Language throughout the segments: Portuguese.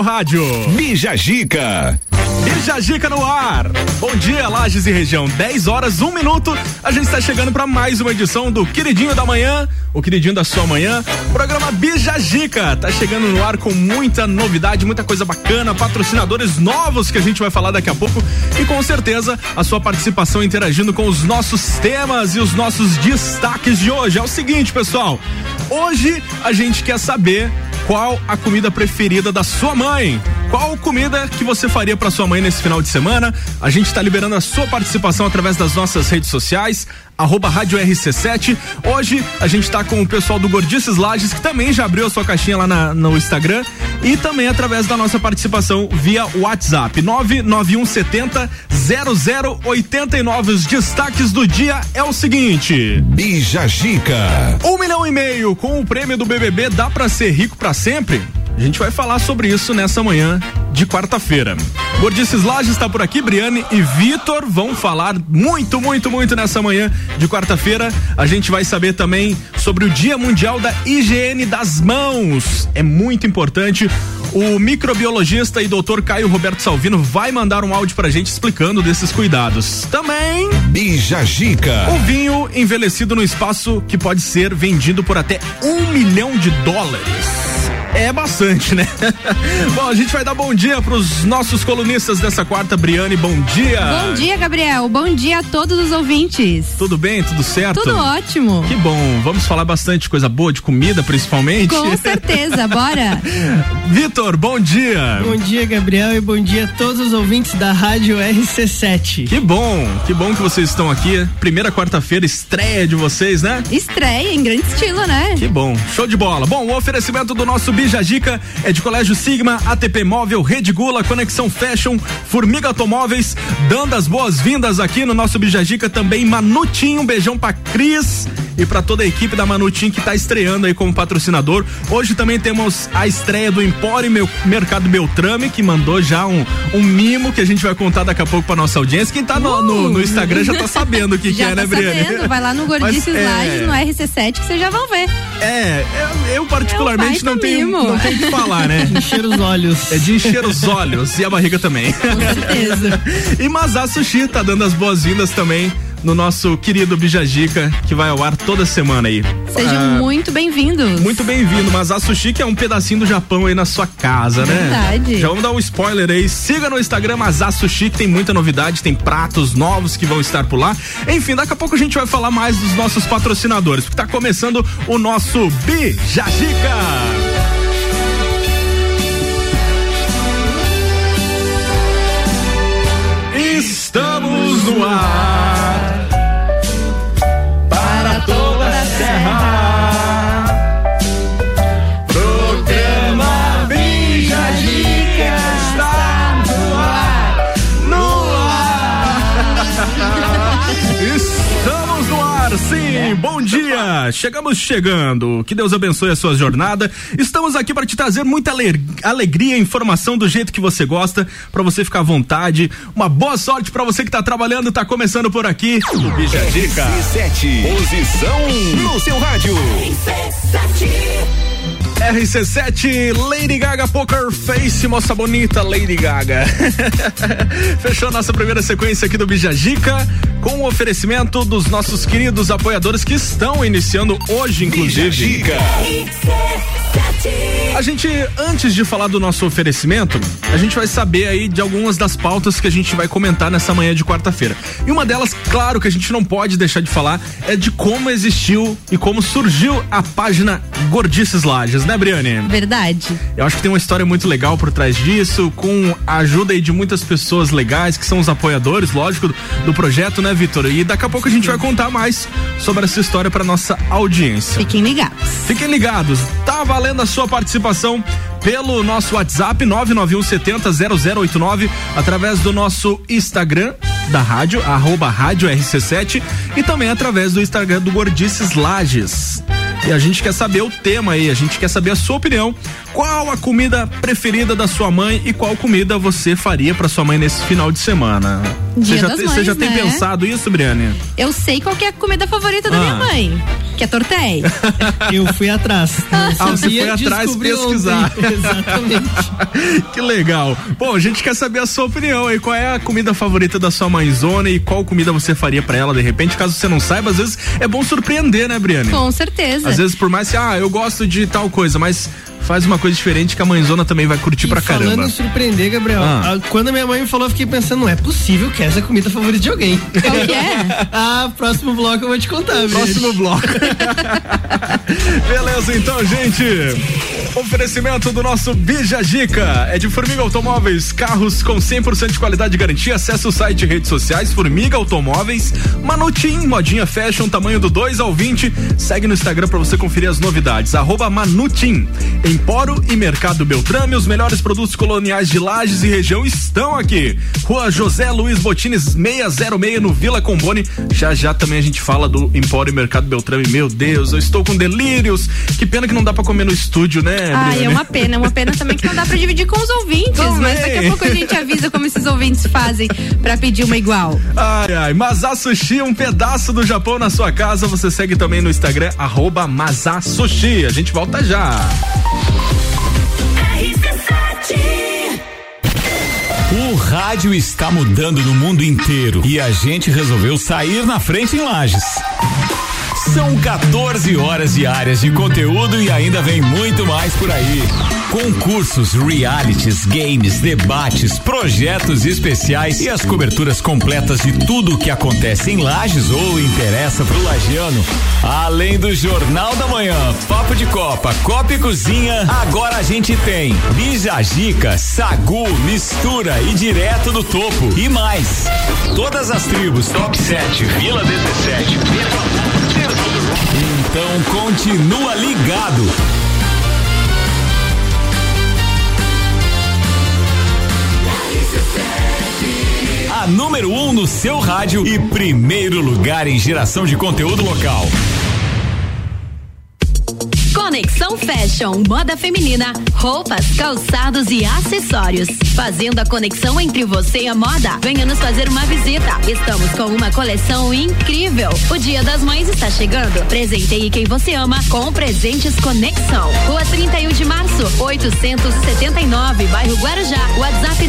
seu rádio. Bija Gica. Bija Gica no ar. Bom dia, Lages e região. 10h01. A gente está chegando para mais uma edição do Queridinho da Manhã, o Queridinho da sua manhã. Programa Bija Gica tá chegando no ar com muita novidade, muita coisa bacana, patrocinadores novos que a gente vai falar daqui a pouco e com certeza a sua participação interagindo com os nossos temas e os nossos destaques de hoje. É o seguinte, pessoal, hoje a gente quer saber qual a comida preferida da sua mãe. Qual comida que você faria para sua mãe nesse final de semana? A gente está liberando a sua participação através das nossas redes sociais, @Rádio RC7. Hoje a gente está com o pessoal do Gordices Lages, que também já abriu a sua caixinha lá no Instagram, e também através da nossa participação via WhatsApp 991700089. Os destaques do dia é o seguinte: Bija Gica. 1,5 milhão com o prêmio do BBB, dá pra ser rico pra sempre? A gente vai falar sobre isso nessa manhã de quarta-feira. Gordices Lages está por aqui, Briane e Vitor vão falar muito nessa manhã de quarta-feira. A gente vai saber também sobre o Dia Mundial da Higiene das Mãos. É muito importante. O microbiologista e doutor Caio Roberto Salvino vai mandar um áudio pra gente explicando desses cuidados. Também Bija Gica. O vinho envelhecido no espaço que pode ser vendido por até $1 milhão. É bastante, né? Bom, a gente vai dar bom dia pros nossos colunistas dessa quarta. Briane, bom dia. Bom dia, Gabriel. Bom dia a todos os ouvintes. Tudo bem? Tudo certo? Tudo ótimo. Que bom. Vamos falar bastante coisa boa, de comida principalmente. Com certeza, bora. Vitor, bom dia. Bom dia, Gabriel, e bom dia a todos os ouvintes da Rádio RC7. Que bom que vocês estão aqui. Primeira quarta-feira, estreia de vocês, né? Estreia em grande estilo, né? Que bom. Show de bola. Bom, o oferecimento do nosso Bija Gica é de Colégio Sigma, ATP Móvel, Rede Gula, Conexão Fashion, Formiga Automóveis, dando as boas-vindas aqui no nosso Bija Gica também Manutinho, um beijão pra Cris e pra toda a equipe da Manutinho que tá estreando aí como patrocinador. Hoje também temos a estreia do Empório Mercado Beltrame, que mandou já um mimo que a gente vai contar daqui a pouco pra nossa audiência. Quem tá no Instagram já tá sabendo o que é, né, Briane? Vai lá no Gordices Lages, no RC7, que vocês já vão ver. Eu particularmente não tenho o que falar, né? De encher os olhos. É de encher os olhos e a barriga também. Com certeza. E Mazá Sushi tá dando as boas-vindas também no nosso querido Bija Gica, que vai ao ar toda semana aí. Sejam muito bem-vindos. Muito bem-vindo. Mazá Sushi, que é um pedacinho do Japão aí na sua casa, né? Verdade. Já vamos dar um spoiler aí. Siga no Instagram Mazá Sushi, que tem muita novidade, tem pratos novos que vão estar por lá. Enfim, daqui a pouco a gente vai falar mais dos nossos patrocinadores, porque tá começando o nosso Bija Gica. Estamos no ar para toda a terra. Programa Bija Gica está no ar, Estamos no ar, sim. Bom dia. Chegando. Que Deus abençoe a sua jornada. Estamos aqui para te trazer muita alegria, informação do jeito que você gosta, para você ficar à vontade. Uma boa sorte para você que tá trabalhando. Tá começando por aqui o Bija Gica. Posição no seu rádio. RC7, Lady Gaga, Poker Face, moça bonita, Lady Gaga. Fechou a nossa primeira sequência aqui do Bija Gica, com o oferecimento dos nossos queridos apoiadores que estão iniciando hoje, inclusive. Bija Gica. A gente, antes de falar do nosso oferecimento, a gente vai saber aí de algumas das pautas que a gente vai comentar nessa manhã de quarta-feira. E uma delas, claro, que a gente não pode deixar de falar, é de como existiu e como surgiu a página Gordices Lages, né, Briane? Verdade. Eu acho que tem uma história muito legal por trás disso, com a ajuda aí de muitas pessoas legais, que são os apoiadores, lógico, do projeto, né, Vitor? E daqui a pouco a gente vai contar mais sobre essa história pra nossa audiência. Fiquem ligados. Fiquem ligados. Tá valendo a sua participação pelo nosso WhatsApp 991700089, através do nosso Instagram da rádio, @Rádio RC7, e também através do Instagram do Gordices Lages. E a gente quer saber o tema aí, a gente quer saber a sua opinião. Qual a comida preferida da sua mãe e qual comida você faria pra sua mãe nesse final de semana? Dia das Mães, Você já tem né? pensado isso, Briane? Eu sei qual que é a comida favorita da minha mãe, que é tortéi. Eu fui atrás. Você foi atrás pesquisar. Exatamente. Que legal. Bom, a gente quer saber a sua opinião aí. Qual é a comida favorita da sua mãezona e qual comida você faria pra ela de repente? Caso você não saiba, às vezes é bom surpreender, né, Briane? Com certeza. Às vezes, por mais que, eu gosto de tal coisa, mas faz uma coisa diferente que a mãezona também vai curtir pra caramba. Falando em surpreender, Gabriel, quando a minha mãe me falou, eu fiquei pensando, não é possível que essa é a comida favorita de alguém. Qual que é? Próximo bloco eu vou te contar. Próximo bloco. Beleza, então, gente. Oferecimento do nosso Bijagica. É de Formiga Automóveis, carros com 100% de qualidade e garantia. Acesse o site e redes sociais, Formiga Automóveis. Manutim, modinha fashion, tamanho do 2 ao 20. Segue no Instagram pra você conferir as novidades. @Manutim. Emporo e Mercado Beltrame, os melhores produtos coloniais de Lages e região estão aqui. Rua José Luiz Botines 606 no Vila Combone. Já também a gente fala do Emporo e Mercado Beltrame. Meu Deus, eu estou com delírios. Que pena que não dá pra comer no estúdio, né? É uma pena também que não dá pra dividir com os ouvintes, mas daqui a pouco a gente avisa como esses ouvintes fazem pra pedir uma igual. Masá Sushi, um pedaço do Japão na sua casa. Você segue também no Instagram @Masá Sushi. A gente volta já. O rádio está mudando no mundo inteiro e a gente resolveu sair na frente em Lages. São 14 horas diárias de conteúdo e ainda vem muito mais por aí. Concursos, realities, games, debates, projetos especiais e as coberturas completas de tudo o que acontece em Lages ou interessa pro lagiano. Além do Jornal da Manhã, Papo de Copa, Copa e Cozinha, agora a gente tem Bijagica, Sagu, Mistura e Direto do Topo e mais. Todas as tribos, Top 7, Vila 17, então continua ligado. A número 1 no seu rádio e primeiro lugar em geração de conteúdo local. Conexão Fashion, moda feminina, roupas, calçados e acessórios. Fazendo a conexão entre você e a moda. Venha nos fazer uma visita. Estamos com uma coleção incrível. O Dia das Mães está chegando. Presenteie quem você ama com Presentes Conexão. Rua 31 de Março, 879, bairro Guarujá. WhatsApp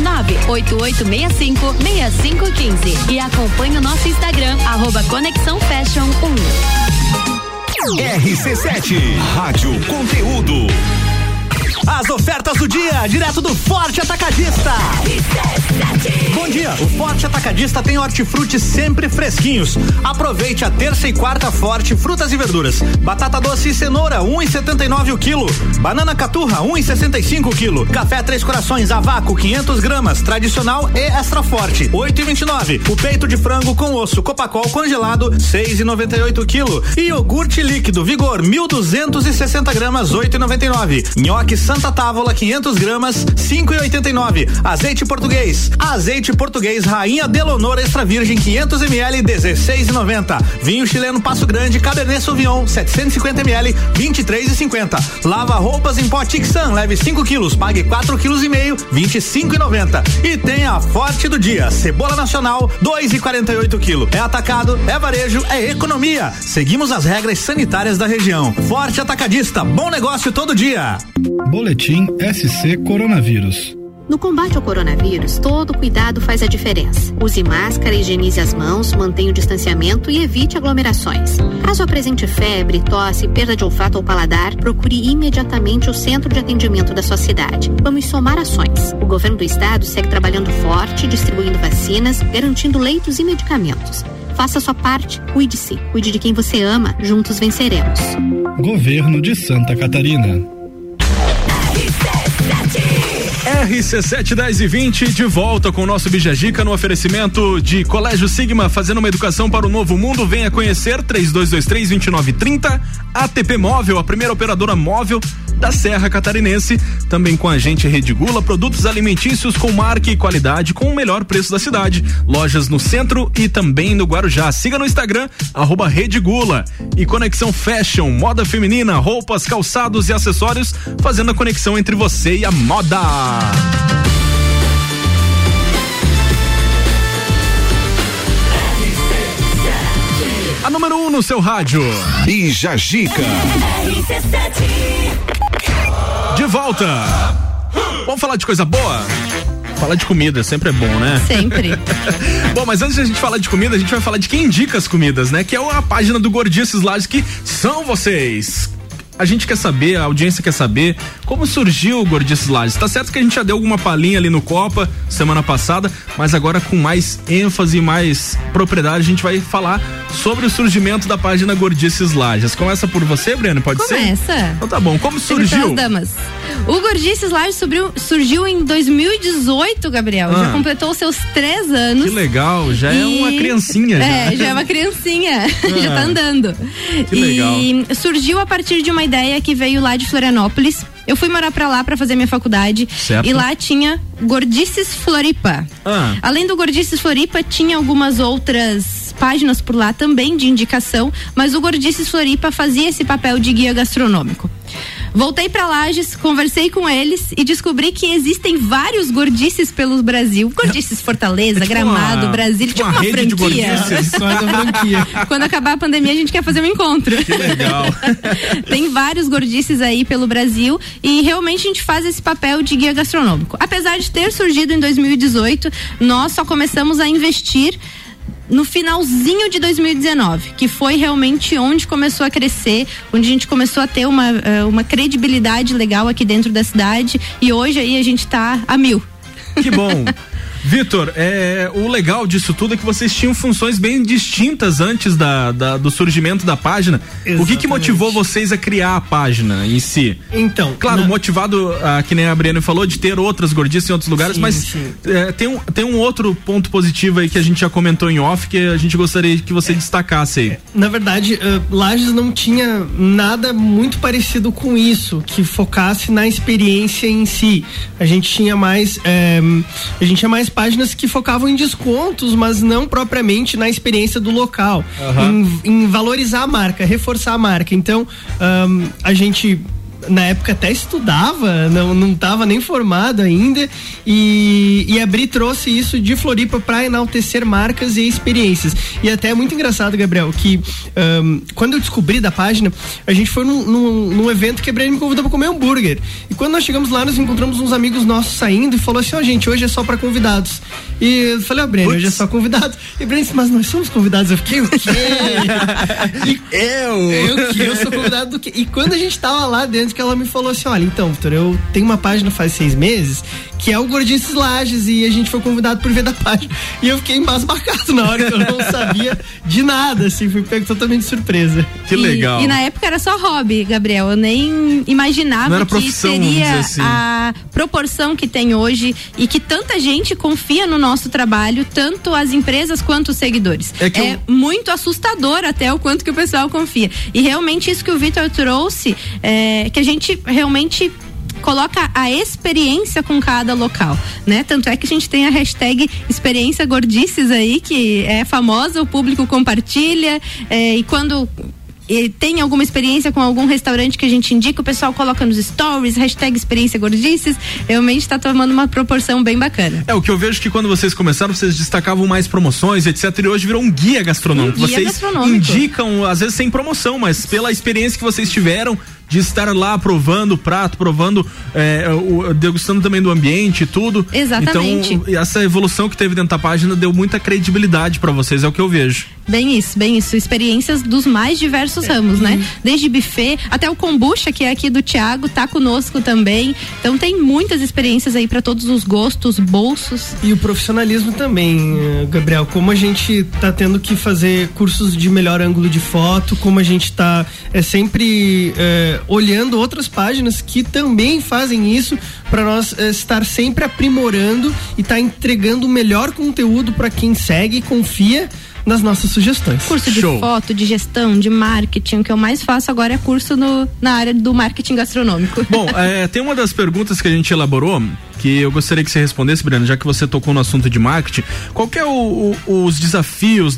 988656515. E acompanhe o nosso Instagram, @Conexão Fashion 1. RC7, Rádio Conteúdo. As ofertas do dia, direto do Forte Atacadista. Bom dia, o Forte Atacadista tem hortifruti sempre fresquinhos. Aproveite a terça e quarta Forte frutas e verduras. Batata doce e cenoura, 1,79 o quilo. Banana caturra, 1,65 o quilo. Café Três Corações a vácuo, 500 gramas, tradicional e extra forte, 8,29. O peito de frango com osso Copacol congelado, 6,98 o quilo. E iogurte líquido Vigor, 1.260 gramas, 8,99. Nhoque Santa Távola, 500 gramas, 5,89. Azeite português Rainha Delonor Extra Virgem, 500 ml, 16,90. Vinho chileno Passo Grande Cabernet Sauvignon, 750 ml, 23,50. Lava roupas em pó Tixan, leve 5 quilos, pague 4,5 kg, 25,90. E tem a Forte do dia, cebola nacional, 2,48 kg. É atacado, é varejo, é economia. Seguimos as regras sanitárias da região. Forte Atacadista, bom negócio todo dia. Boletim SC Coronavírus. No combate ao coronavírus, todo cuidado faz a diferença. Use máscara, higienize as mãos, mantenha o distanciamento e evite aglomerações. Caso apresente febre, tosse, perda de olfato ou paladar, procure imediatamente o centro de atendimento da sua cidade. Vamos somar ações. O governo do estado segue trabalhando forte, distribuindo vacinas, garantindo leitos e medicamentos. Faça a sua parte, cuide-se, cuide de quem você ama, juntos venceremos. Governo de Santa Catarina. RC7 10 e 20, de volta com o nosso Bijagica no oferecimento de Colégio Sigma, fazendo uma educação para o novo mundo. Venha conhecer 3223-2930. ATP Móvel, a primeira operadora móvel da Serra Catarinense. Também com a gente Rede Gula, produtos alimentícios com marca e qualidade com o melhor preço da cidade. Lojas no centro e também no Guarujá. Siga no Instagram, @Rede Gula. E Conexão Fashion, moda feminina, roupas, calçados e acessórios, fazendo a conexão entre você e a moda. A número 1 no seu rádio. Bija Gica. De volta. Vamos falar de coisa boa? Falar de comida sempre é bom, né? Sempre. Bom, mas antes de a gente falar de comida, a gente vai falar de quem indica as comidas, né? Que é a página do Gordices Lages, que são vocês. A gente quer saber, a audiência quer saber como surgiu o Gordices Lages. Tá certo que a gente já deu alguma palhinha ali no Copa semana passada, mas agora com mais ênfase e mais propriedade a gente vai falar sobre o surgimento da página Gordices Lages. Começa por você, Breno, pode ser? Começa. Então tá bom, como surgiu? Damas. O Gordices Lages surgiu em 2018, Gabriel. Já completou os seus 3 anos. Que legal, já é uma criancinha. Já é uma criancinha. Já tá andando. Que legal. E surgiu a partir de uma ideia que veio lá de Florianópolis. Eu fui morar pra lá pra fazer minha faculdade. Certo. E lá tinha Gordices Floripa. Além do Gordices Floripa, tinha algumas outras páginas por lá também de indicação, mas o Gordices Floripa fazia esse papel de guia gastronômico. Voltei pra Lages, conversei com eles e descobri que existem vários gordices pelo Brasil. Gordices Fortaleza, Gramado, Brasília, tipo uma franquia. Quando acabar a pandemia, a gente quer fazer um encontro. Que legal. Tem vários gordices aí pelo Brasil e realmente a gente faz esse papel de guia gastronômico. Apesar de ter surgido em 2018, nós só começamos a investir no finalzinho de 2019, que foi realmente onde começou a crescer, onde a gente começou a ter uma credibilidade legal aqui dentro da cidade, e hoje aí a gente tá a 1000. Que bom. Vitor, o legal disso tudo é que vocês tinham funções bem distintas antes do surgimento da página. Exatamente. O que motivou vocês a criar a página em si? Então, claro, motivado, que nem a Breno falou, de ter outras gordices em outros lugares, mas tem um outro ponto positivo aí que a gente já comentou em off, que a gente gostaria que você destacasse aí. Na verdade, Lages não tinha nada muito parecido com isso, que focasse na experiência em si. A gente tinha mais páginas que focavam em descontos, mas não propriamente na experiência do local, em valorizar a marca, reforçar a marca. Então, a gente na época até estudava, não estava nem formado ainda, e a Bri trouxe isso de Floripa para enaltecer marcas e experiências. E até é muito engraçado, Gabriel, que quando eu descobri da página, a gente foi num evento que a Bri me convidou para comer hambúrguer. E quando nós chegamos lá, nós encontramos uns amigos nossos saindo e falou assim: gente, hoje é só para convidados. E eu falei: Breno, hoje é só convidados. E Breno disse: mas nós somos convidados. Eu fiquei: o quê? Eu sou convidado do quê? E quando a gente tava lá dentro, que ela me falou assim: olha, então, Vitor, eu tenho uma página faz 6 meses que é o Gordices Lages, e a gente foi convidado por ver da página. E eu fiquei embasbacado na hora, que eu não sabia de nada, assim, fui pego totalmente de surpresa. Que legal. E na época era só hobby, Gabriel, eu nem imaginava que seria assim a proporção que tem hoje e que tanta gente confia no nosso trabalho, tanto as empresas quanto os seguidores. É muito assustador até o quanto que o pessoal confia. E realmente isso que o Vitor trouxe, que a gente realmente coloca a experiência com cada local, né? Tanto é que a gente tem a hashtag Experiência Gordices aí, que é famosa, o público compartilha, e quando tem alguma experiência com algum restaurante que a gente indica, o pessoal coloca nos stories, hashtag Experiência Gordices, realmente está tomando uma proporção bem bacana. O que eu vejo que quando vocês começaram, vocês destacavam mais promoções, etc, e hoje virou um guia gastronômico. Vocês indicam, às vezes sem promoção, mas pela experiência que vocês tiveram de estar lá provando o prato, provando, degustando também do ambiente e tudo. Exatamente. Então, essa evolução que teve dentro da página deu muita credibilidade pra vocês, é o que eu vejo. Bem isso. Experiências dos mais diversos ramos, né? Desde buffet até o kombucha, que é aqui do Thiago, tá conosco também. Então tem muitas experiências aí pra todos os gostos, bolsos. E o profissionalismo também, Gabriel, como a gente tá tendo que fazer cursos de melhor ângulo de foto, como a gente tá sempre olhando outras páginas que também fazem isso, para nós estar sempre aprimorando e estar entregando o melhor conteúdo para quem segue e confia nas nossas sugestões. Curso de foto, de gestão, de marketing, o que eu mais faço agora é curso na área do marketing gastronômico. Bom, tem uma das perguntas que a gente elaborou que eu gostaria que você respondesse, Breno, já que você tocou no assunto de marketing. Qual que é os desafios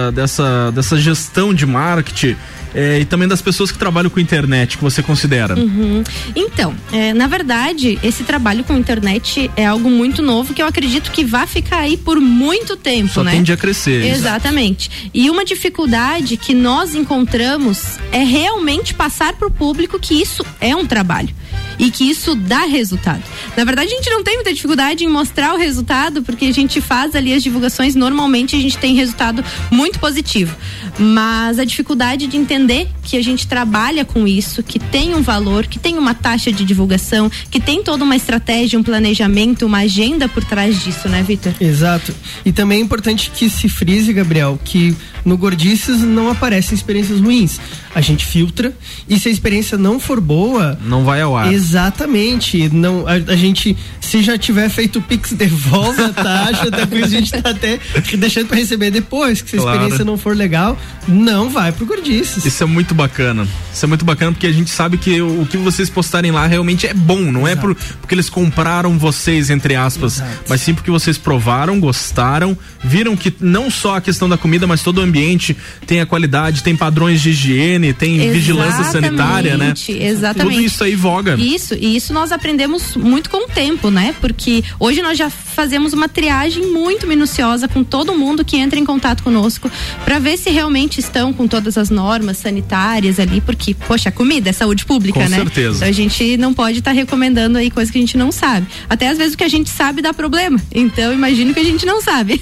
dessa gestão de marketing e também das pessoas que trabalham com internet, que você considera? Então, na verdade, esse trabalho com internet é algo muito novo que eu acredito que vai ficar aí por muito tempo, Só tende a crescer. Exatamente. E uma dificuldade que nós encontramos é realmente passar para o público que isso é um trabalho e que isso dá resultado. Na verdade, a gente não tem muita dificuldade em mostrar o resultado, porque a gente faz ali as divulgações, normalmente a gente tem resultado muito positivo. Mas a dificuldade de entender que a gente trabalha com isso, que tem um valor, que tem uma taxa de divulgação, que tem toda uma estratégia, um planejamento, uma agenda por trás disso, né, Vitor? Exato. E também é importante que se frise, Gabriel, que no Gordices não aparecem experiências ruins. A gente filtra e se a experiência não for boa, não vai ao ar. Exatamente. Não, a gente, se já tiver feito o Pix, devolve a taxa, depois a gente tá até deixando para receber depois, que se a experiência não for legal, não vai pro Gordices. Isso é muito bacana. Isso é muito bacana porque a gente sabe que o que vocês postarem lá realmente é bom, não é porque eles compraram vocês, entre aspas, mas sim porque vocês provaram, gostaram, viram que não só a questão da comida, mas todo o ambiente tem a qualidade, tem padrões de higiene, tem vigilância sanitária, né? Exatamente. Tudo isso aí voga. Isso nós aprendemos muito com o tempo, né? Porque hoje nós já fazemos uma triagem muito minuciosa com todo mundo que entra em contato conosco para ver se realmente estão com todas as normas sanitárias ali, porque, poxa, a comida é saúde pública, com né? Certeza. Então a gente não pode estar recomendando aí coisa que a gente não sabe. Até às vezes o que a gente sabe dá problema. Então imagino que a gente não sabe.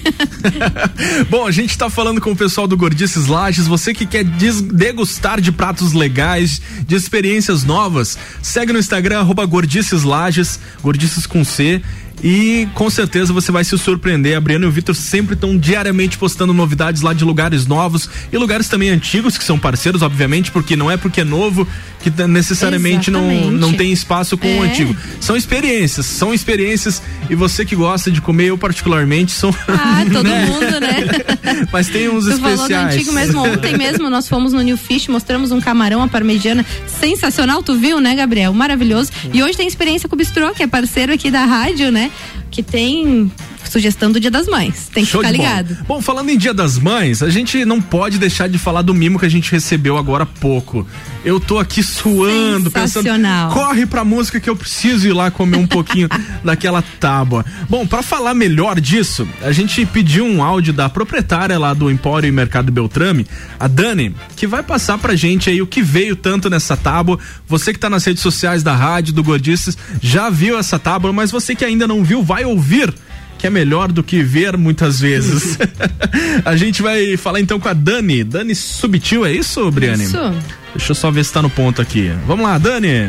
Bom, a gente tá falando com o pessoal do Gordices Lages. Você que quer degustar de pratos legais, de experiências novas, segue no Instagram @Gordices Lages, Gordices com C. E com certeza você vai se surpreender. A Briana e o Vitor sempre estão diariamente postando novidades lá de lugares novos e lugares também antigos, que são parceiros, obviamente, porque não é porque é novo que necessariamente não tem espaço com o antigo. São experiências e você que gosta de comer, eu particularmente sou... todo mundo, né? Mas tem uns especiais. Tu falou do antigo mesmo, ontem mesmo nós fomos no New Fish, mostramos um camarão à parmegiana sensacional, tu viu, né, Gabriel? Maravilhoso. E hoje tem experiência com o Bistrô, que é parceiro aqui da rádio, né? Que tem sugestão do Dia das Mães. Tem que ficar ligado. Bom, falando em Dia das Mães, a gente não pode deixar de falar do mimo que a gente recebeu agora há pouco. Eu tô aqui suando, pensando, corre pra música que eu preciso ir lá comer um pouquinho daquela tábua. Bom, pra falar melhor disso, a gente pediu um áudio da proprietária lá do Empório e Mercado Beltrame, a Dani, que vai passar pra gente aí o que veio tanto nessa tábua. Você que tá nas redes sociais da rádio, do Gordices, já viu essa tábua, mas você que ainda não viu, vai ouvir, que é melhor do que ver muitas vezes. A gente vai falar então com a Dani Subtil, é isso, Briane? Isso. Deixa eu só ver se tá no ponto aqui. Vamos lá, Dani.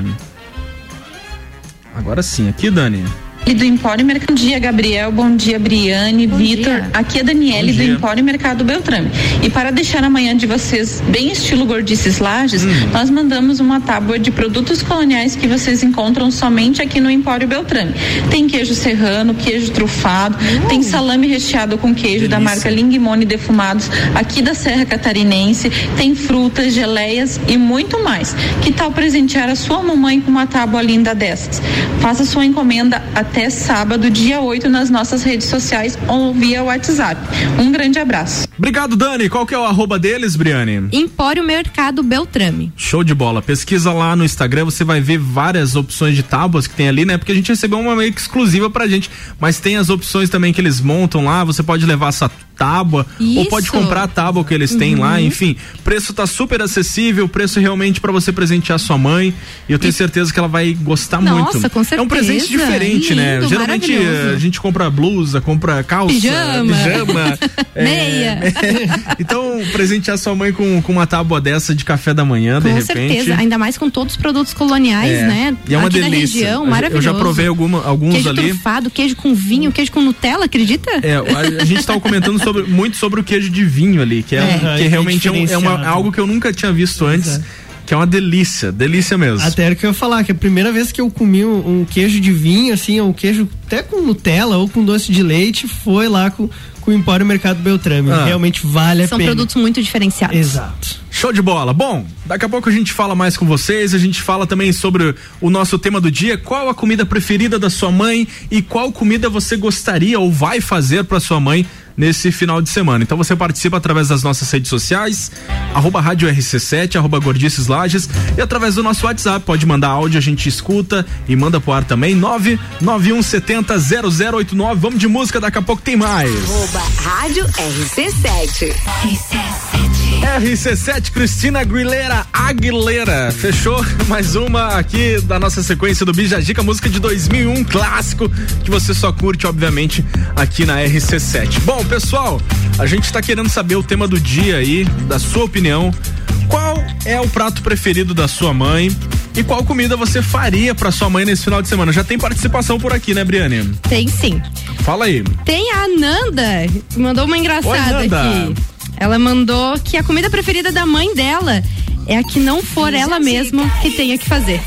Agora sim, aqui, Dani. E do Empório Mercado. Bom dia, Gabriel. Bom dia, Briane, Vitor. Aqui é a Daniele do Empório Mercado Beltrame. E para deixar amanhã de vocês bem estilo Gordices Lages, nós mandamos uma tábua de produtos coloniais que vocês encontram somente aqui no Empório Beltrame. Tem queijo serrano, queijo trufado, tem salame recheado com queijo da marca Lingmone Defumados, aqui da Serra Catarinense, tem frutas, geleias e muito mais. Que tal presentear a sua mamãe com uma tábua linda dessas? Faça sua encomenda até sábado, dia 8, nas nossas redes sociais ou via WhatsApp. Um grande abraço. Obrigado, Dani. Qual que é o arroba deles, Briane? Empório Mercado Beltrame. Show de bola. Pesquisa lá no Instagram, você vai ver várias opções de tábuas que tem ali, né? Porque a gente recebeu uma meio que exclusiva pra gente, mas tem as opções também que eles montam lá, você pode levar essa tábua, ou pode comprar a tábua que eles têm lá, enfim, preço tá super acessível, preço realmente pra você presentear sua mãe, e eu tenho certeza que ela vai gostar muito. Com certeza. É um presente diferente, lindo, né? Geralmente a gente compra blusa, compra calça, pijama meia. Então, presentear sua mãe com uma tábua dessa de café da manhã, de repente. Com certeza, ainda mais com todos os produtos coloniais, né? E é uma aqui delícia. Da região, maravilhoso. Eu já provei alguns queijo ali. Queijo trufado, queijo com vinho, queijo com Nutella, acredita? A gente tava comentando muito sobre o queijo de vinho ali, que realmente é algo que eu nunca tinha visto antes. Que é uma delícia mesmo. Até era que eu ia falar, que a primeira vez que eu comi um queijo de vinho, assim, um queijo até com Nutella ou com doce de leite, foi lá com o Empório Mercado Beltrame. Realmente vale a pena. São produtos muito diferenciados. Exato. Show de bola. Bom, daqui a pouco a gente fala mais com vocês, a gente fala também sobre o nosso tema do dia, qual a comida preferida da sua mãe e qual comida você gostaria ou vai fazer para sua mãe nesse final de semana. Então você participa através das nossas redes sociais, @Rádio RC7, @Gordices Lages, e através do nosso WhatsApp, pode mandar áudio, a gente escuta e manda pro ar também, 991700089. Vamos de música, daqui a pouco tem mais. @Rádio RC7. RC7, Cristina Aguilera, fechou mais uma aqui da nossa sequência do Bija Gica, música de 2001, clássico, que você só curte, obviamente, aqui na RC7. Bom, pessoal, a gente tá querendo saber o tema do dia aí, da sua opinião. Qual é o prato preferido da sua mãe e qual comida você faria pra sua mãe nesse final de semana? Já tem participação por aqui, né, Briane? Tem sim. Fala aí. Tem a Nanda, que mandou uma engraçada. Oi, Nanda. Aqui. Ela mandou que a comida preferida da mãe dela é a que não for ela mesma que tenha que fazer.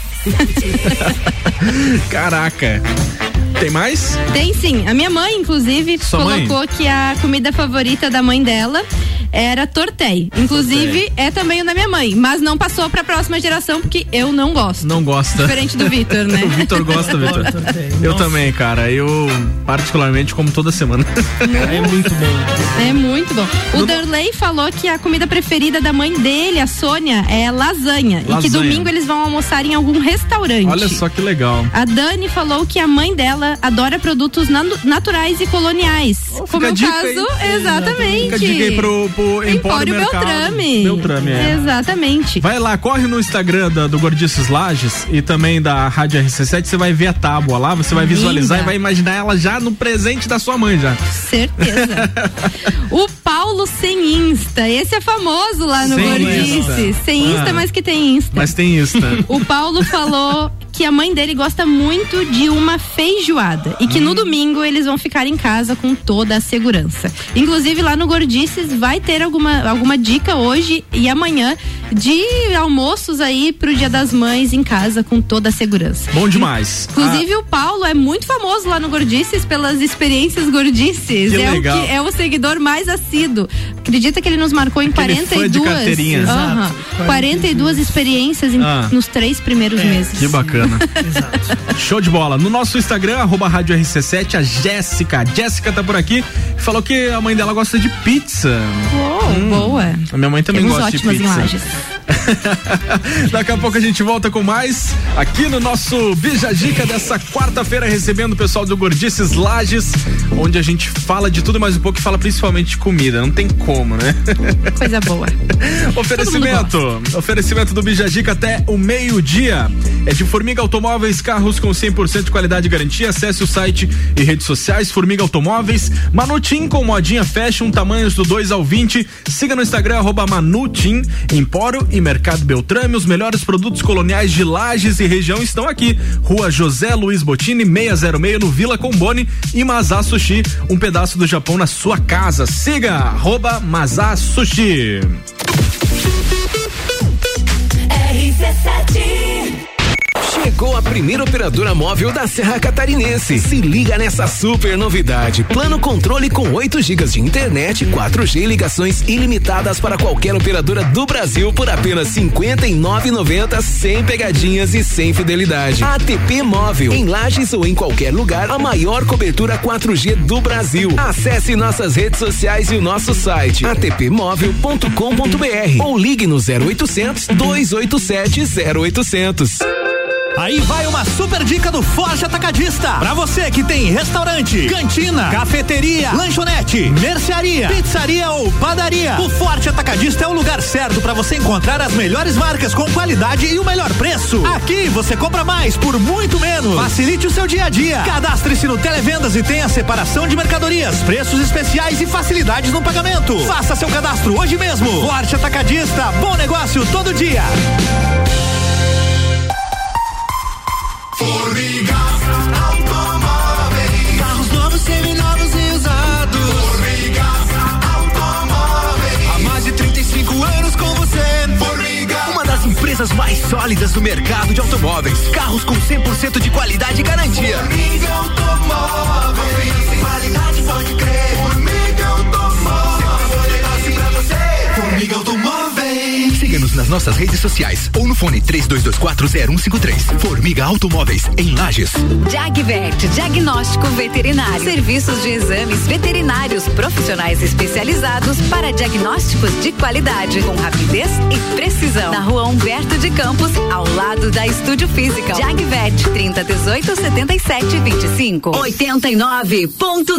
Caraca. Tem mais? Tem sim. A minha mãe, inclusive, colocou que a comida favorita da mãe dela era tortei. Inclusive, é também o da minha mãe, mas não passou pra próxima geração porque eu não gosto. Não gosta. Diferente do Vitor, né? O Vitor gosta, Vitor. Eu também, cara. Eu particularmente como toda semana. É muito bom. É muito bom. O Derley falou que a comida preferida da mãe dele, a Sônia, é lasanha. E que domingo eles vão almoçar em algum restaurante. Olha só que legal. A Dani falou que a mãe dela adora produtos naturais e coloniais. Como é o caso, exatamente. Fica a dica aí pro Empório Beltrame. Exatamente. Vai lá, corre no Instagram do Gordices Lages e também da Rádio RC7, você vai ver a tábua lá, você vai visualizar e vai imaginar ela já no presente da sua mãe já. Certeza. O Paulo sem Insta, esse é famoso lá no Gordices. Sem Insta, mas que tem Insta. Mas tem Insta. O Paulo falou que a mãe dele gosta muito de uma feijoada e que no domingo eles vão ficar em casa com toda a segurança. Inclusive lá no Gordices vai ter alguma dica hoje e amanhã de almoços aí pro Dia das Mães em casa com toda a segurança. Bom demais. Inclusive o Paulo é muito famoso lá no Gordices pelas experiências Gordices. É o seguidor mais assíduo. Acredita que ele nos marcou em 42 experiências nos 3 primeiros meses. Que bacana. Exato. Show de bola. No nosso Instagram, @Rádio RC7, a Jéssica tá por aqui, falou que a mãe dela gosta de pizza. Boa. A minha mãe também gosta de pizza. Imagens. Daqui a pouco a gente volta com mais aqui no nosso Bija Gica dessa quarta-feira, recebendo o pessoal do Gordices Lages, onde a gente fala de tudo mais um pouco e fala principalmente de comida, não tem como, né? Coisa boa. Oferecimento do Bija Gica até o meio-dia. É de Formiga Automóveis, carros com 100% de qualidade e garantia. Acesse o site e redes sociais Formiga Automóveis. Manutim com modinha fashion, tamanhos do 2 ao 20. Siga no Instagram @Manutim. Empório e Mercado Beltrame, os melhores produtos coloniais de Lages e região estão aqui. Rua José Luiz Bottini, 606, no Vila Comboni. E Mazá Sushi, um pedaço do Japão na sua casa. Siga @Mazá Sushi. RC7. Chegou a primeira operadora móvel da Serra Catarinense. Se liga nessa super novidade. Plano controle com 8 GB de internet, 4G e ligações ilimitadas para qualquer operadora do Brasil por apenas R$ 59,90, sem pegadinhas e sem fidelidade. ATP Móvel, em Lages ou em qualquer lugar, a maior cobertura 4G do Brasil. Acesse nossas redes sociais e o nosso site atpmóvel.com.br ou ligue no 0800 287 0800. Aí vai uma super dica do Forte Atacadista. Pra você que tem restaurante, cantina, cafeteria, lanchonete, mercearia, pizzaria ou padaria, o Forte Atacadista é o lugar certo pra você encontrar as melhores marcas com qualidade e o melhor preço. Aqui você compra mais por muito menos. Facilite o seu dia a dia. Cadastre-se no Televendas e tenha separação de mercadorias, preços especiais e facilidades no pagamento. Faça seu cadastro hoje mesmo. Forte Atacadista, bom negócio todo dia. Formiga Automóveis. Carros novos, seminovos e usados. Formiga Automóveis. Há mais de 35 anos com você. Formiga. Uma das empresas mais sólidas do mercado de automóveis. Carros com 100% de qualidade e garantia. Formiga Automóveis. Qualidade pode crer. Formiga Automóveis. Negócio pra você. Formiga Automóveis. nas nossas redes sociais ou no fone 32240153. Formiga Automóveis, em Lages. Jagvet, diagnóstico veterinário. Serviços de exames veterinários profissionais especializados para diagnósticos de qualidade, com rapidez e precisão. Na Rua Humberto de Campos, ao lado da Estúdio Física. Jagvet, 3018-7725. 89.9.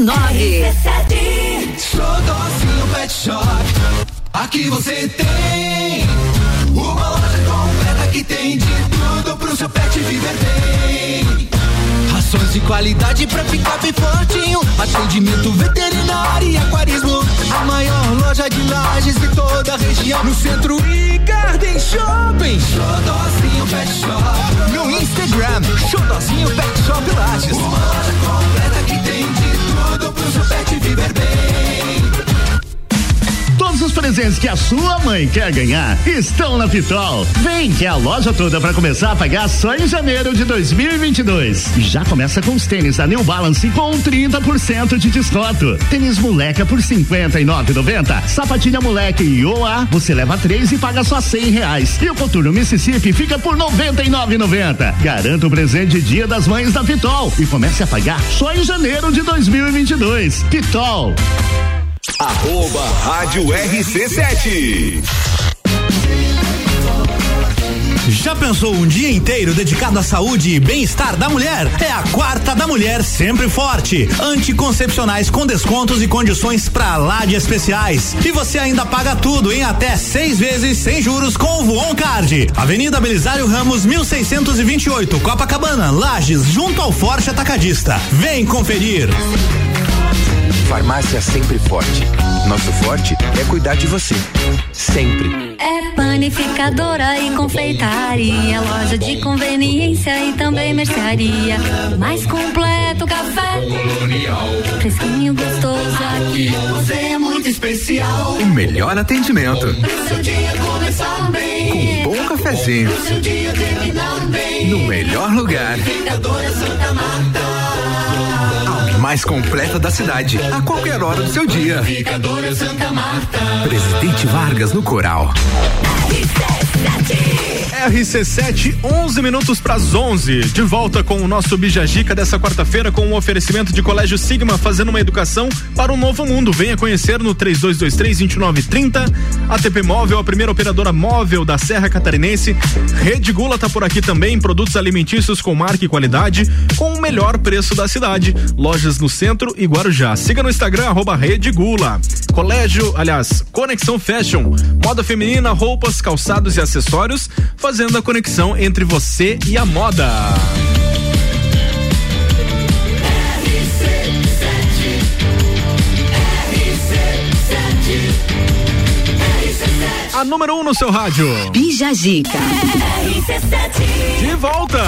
Xodózinho Pet Shop. Aqui você tem uma loja completa que tem de tudo pro seu pet viver bem. Rações de qualidade pra ficar bem fortinho. Atendimento veterinário e aquarismo. A maior loja de Lages de toda a região. No Centro e Garden Shopping. Xodózinho Pet Shop. No Instagram, Xodózinho Pet Shop Lages. Uma loja completa que tem de tudo pro seu pet viver bem. Todos os presentes que a sua mãe quer ganhar estão na Pitol. Vem que é a loja toda para começar a pagar só em janeiro de 2022. Já começa com os tênis da New Balance com 30% de desconto. Tênis Moleca por R$59,90. Sapatilha Moleque e OA, você leva 3 e paga só R$100. E o coturno Mississippi fica por R$99,90. Garanta o presente de Dia das Mães da Pitol e comece a pagar só em janeiro de 2022. Pitol. @Rádio RC7. Já pensou um dia inteiro dedicado à saúde e bem-estar da mulher? É a Quarta da Mulher Sempre Forte. Anticoncepcionais com descontos e condições pra lá de especiais. E você ainda paga tudo em até 6 vezes sem juros com o Voon Card. Avenida Belisário Ramos, 1628, Copacabana, Lages, junto ao Forte Atacadista. Vem conferir. Farmácia Sempre Forte. Nosso forte é cuidar de você. Sempre. É panificadora e confeitaria, loja de conveniência e também mercearia. Mais completo café Colonial. Fresquinho gostoso aqui. Você é muito especial. O melhor atendimento. Pro seu dia começar bem. Com um bom cafezinho. Pro seu dia terminar bem. No melhor lugar. Panificadora Santa Marta. Mais completa da cidade, a qualquer hora do seu dia. Santa Marta. Presidente Vargas no Coral. RC7, 11 minutos para as 11. De volta com o nosso Bijagica dessa quarta-feira com um oferecimento de Colégio Sigma, fazendo uma educação para um novo mundo. Venha conhecer no 3223-2930. ATP Móvel, a primeira operadora móvel da Serra Catarinense. Rede Gula tá por aqui também, produtos alimentícios com marca e qualidade, com o melhor preço da cidade. Lojas no centro e Guarujá. Siga no Instagram, @Rede Gula. Conexão Fashion, moda feminina, roupas, calçados e acessórios, fazendo a conexão entre você e a moda. A número 1 no seu rádio. Bijagica. De volta.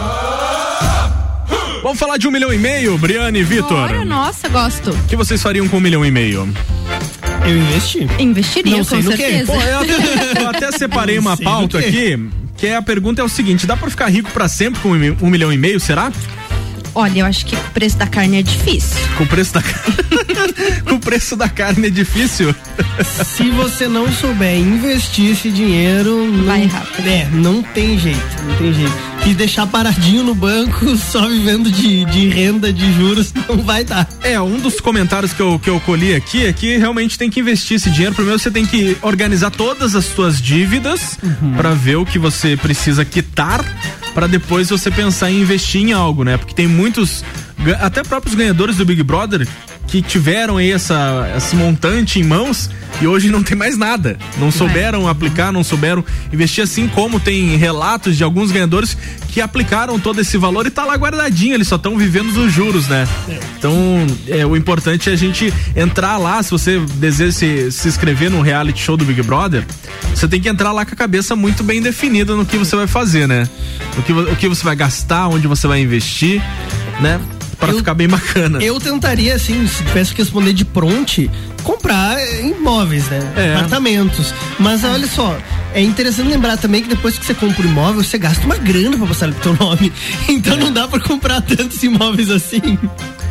Vamos falar de 1,5 milhão, Briane e Vitor. Nossa, gosto. O que vocês fariam com 1,5 milhão? Eu investi. Investiria, não sei com no certeza. Quê? Pô, eu até separei uma pauta aqui, que a pergunta é o seguinte: dá pra ficar rico pra sempre com 1,5 milhão, será? Olha, eu acho que o preço da carne é difícil. Com o preço da com o preço da carne é difícil? Se você não souber investir esse dinheiro, vai rápido. Não tem jeito. E deixar paradinho no banco, só vivendo de renda, de juros, não vai dar. Um dos comentários que eu colhi aqui é que realmente tem que investir esse dinheiro. Primeiro você tem que organizar todas as suas dívidas pra ver o que você precisa quitar, pra depois você pensar em investir em algo, né? Porque tem muitos, até próprios ganhadores do Big Brother, que tiveram aí esse montante em mãos e hoje não tem mais nada. Não souberam aplicar, não souberam investir, assim como tem relatos de alguns ganhadores que aplicaram todo esse valor e tá lá guardadinho, eles só estão vivendo dos juros, né? Então, o importante é a gente entrar lá. Se você deseja se inscrever no reality show do Big Brother, você tem que entrar lá com a cabeça muito bem definida no que você vai fazer, né? O que você vai gastar, onde você vai investir, né? Para ficar bem bacana. Eu tentaria, assim, se tivesse que responder de pronto, comprar imóveis, né? Apartamentos. Mas olha só, é interessante lembrar também que depois que você compra um imóvel, você gasta uma grana pra passar pro teu nome. Então não dá pra comprar tantos imóveis assim.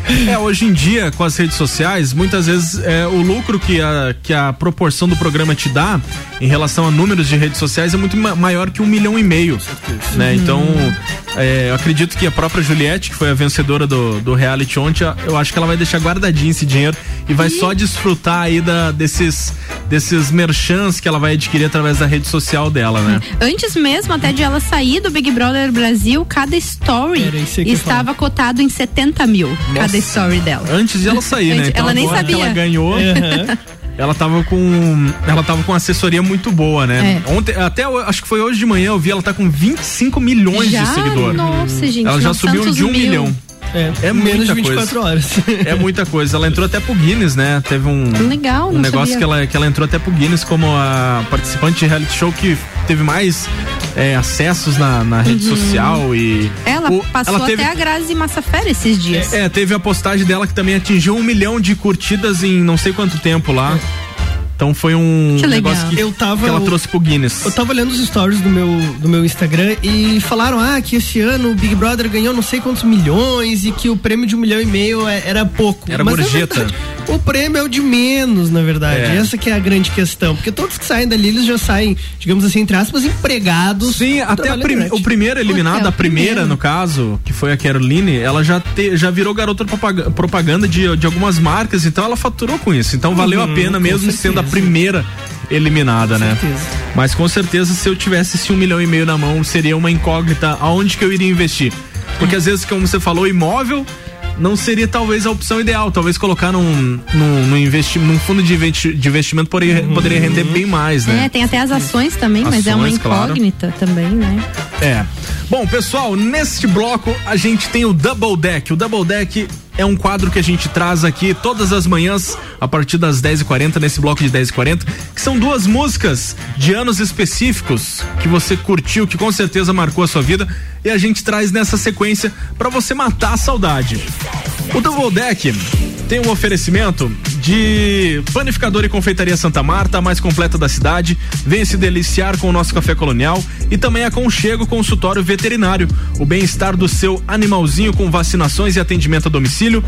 Hoje em dia, com as redes sociais, muitas vezes o lucro que a proporção do programa te dá em relação a números de redes sociais é muito maior que 1,5 milhão, né? Então, eu acredito que a própria Juliette, que foi a vencedora do reality ontem, eu acho que ela vai deixar guardadinho esse dinheiro e vai só desfrutar aí desses merchans que ela vai adquirir através da rede social dela, né? Antes mesmo até de ela sair do Big Brother Brasil, cada story estava cotado em 70 mil. Nossa. Cada story dela. Antes de ela sair, né? Então, ela nem sabia. Que ela ganhou. Ela tava com assessoria muito boa, né? Ontem, até acho que foi hoje de manhã, eu vi, ela tá com 25 milhões de seguidores. Nossa, gente. Ela já subiu de 1 milhão. É menos muita de 24 coisa. horas. É muita coisa. Ela entrou até pro Guinness, né? Teve um negócio que ela entrou até pro Guinness como a participante de reality show que teve mais acessos na rede social e... Ela passou até a Grazi Massafera esses dias. Teve a postagem dela que também atingiu 1 milhão de curtidas em não sei quanto tempo lá. Então foi um negócio que ela trouxe pro Guinness. Eu tava olhando os stories do meu Instagram e falaram que esse ano o Big Brother ganhou não sei quantos milhões e que o prêmio de 1,5 milhão era pouco. Era gorjeta. Verdade, o prêmio é o de menos, na verdade. Essa que é a grande questão. Porque todos que saem dali, eles já saem, digamos assim, entre aspas, empregados. Sim, até o primeiro eliminado, a primeira, no caso, que foi a Caroline, ela já virou garota propaganda de algumas marcas, então ela faturou com isso. Então valeu a pena mesmo sendo a primeira eliminada, né? Mas com certeza, se eu tivesse esse 1,5 milhão na mão, seria uma incógnita aonde que eu iria investir. Porque às vezes, como você falou, imóvel não seria talvez a opção ideal, talvez colocar num fundo de investimento poderia render bem mais, né? Tem até as ações também, mas é uma incógnita também, né? Bom, pessoal, neste bloco a gente tem o Double Deck. O Double Deck é um quadro que a gente traz aqui todas as manhãs a partir das 10h40, nesse bloco de 10h40, que são 2 músicas de anos específicos que você curtiu, que com certeza marcou a sua vida, e a gente traz nessa sequência pra você matar a saudade. O Double Deck tem um oferecimento de Panificador e Confeitaria Santa Marta, a mais completa da cidade. Venha se deliciar com o nosso café colonial e também Aconchego Consultório Veterinário. O bem-estar do seu animalzinho com vacinações e atendimento a domicílio.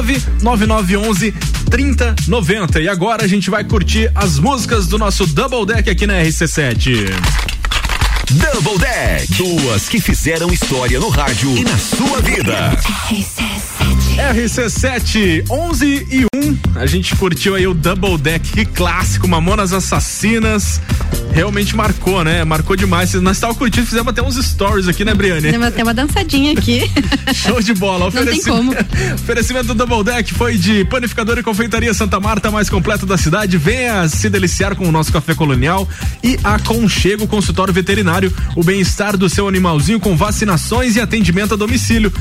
99911-3090. E agora a gente vai curtir as músicas do nosso Double Deck aqui na RC7. Double Deck. 2 que fizeram história no rádio e na sua vida. RC7, 11:01. A gente curtiu aí o Double Deck, que clássico, Mamonas Assassinas. Realmente marcou, né? Marcou demais. Nós estávamos curtindo, fizemos até uns stories aqui, né, Briane? Fizemos até uma dançadinha aqui. Show de bola. Não tem como. Oferecimento do Double Deck foi de Panificador e Confeitaria Santa Marta, mais completa da cidade. Venha se deliciar com o nosso café colonial e Aconchego Consultório Veterinário. O bem-estar do seu animalzinho com vacinações e atendimento a domicílio.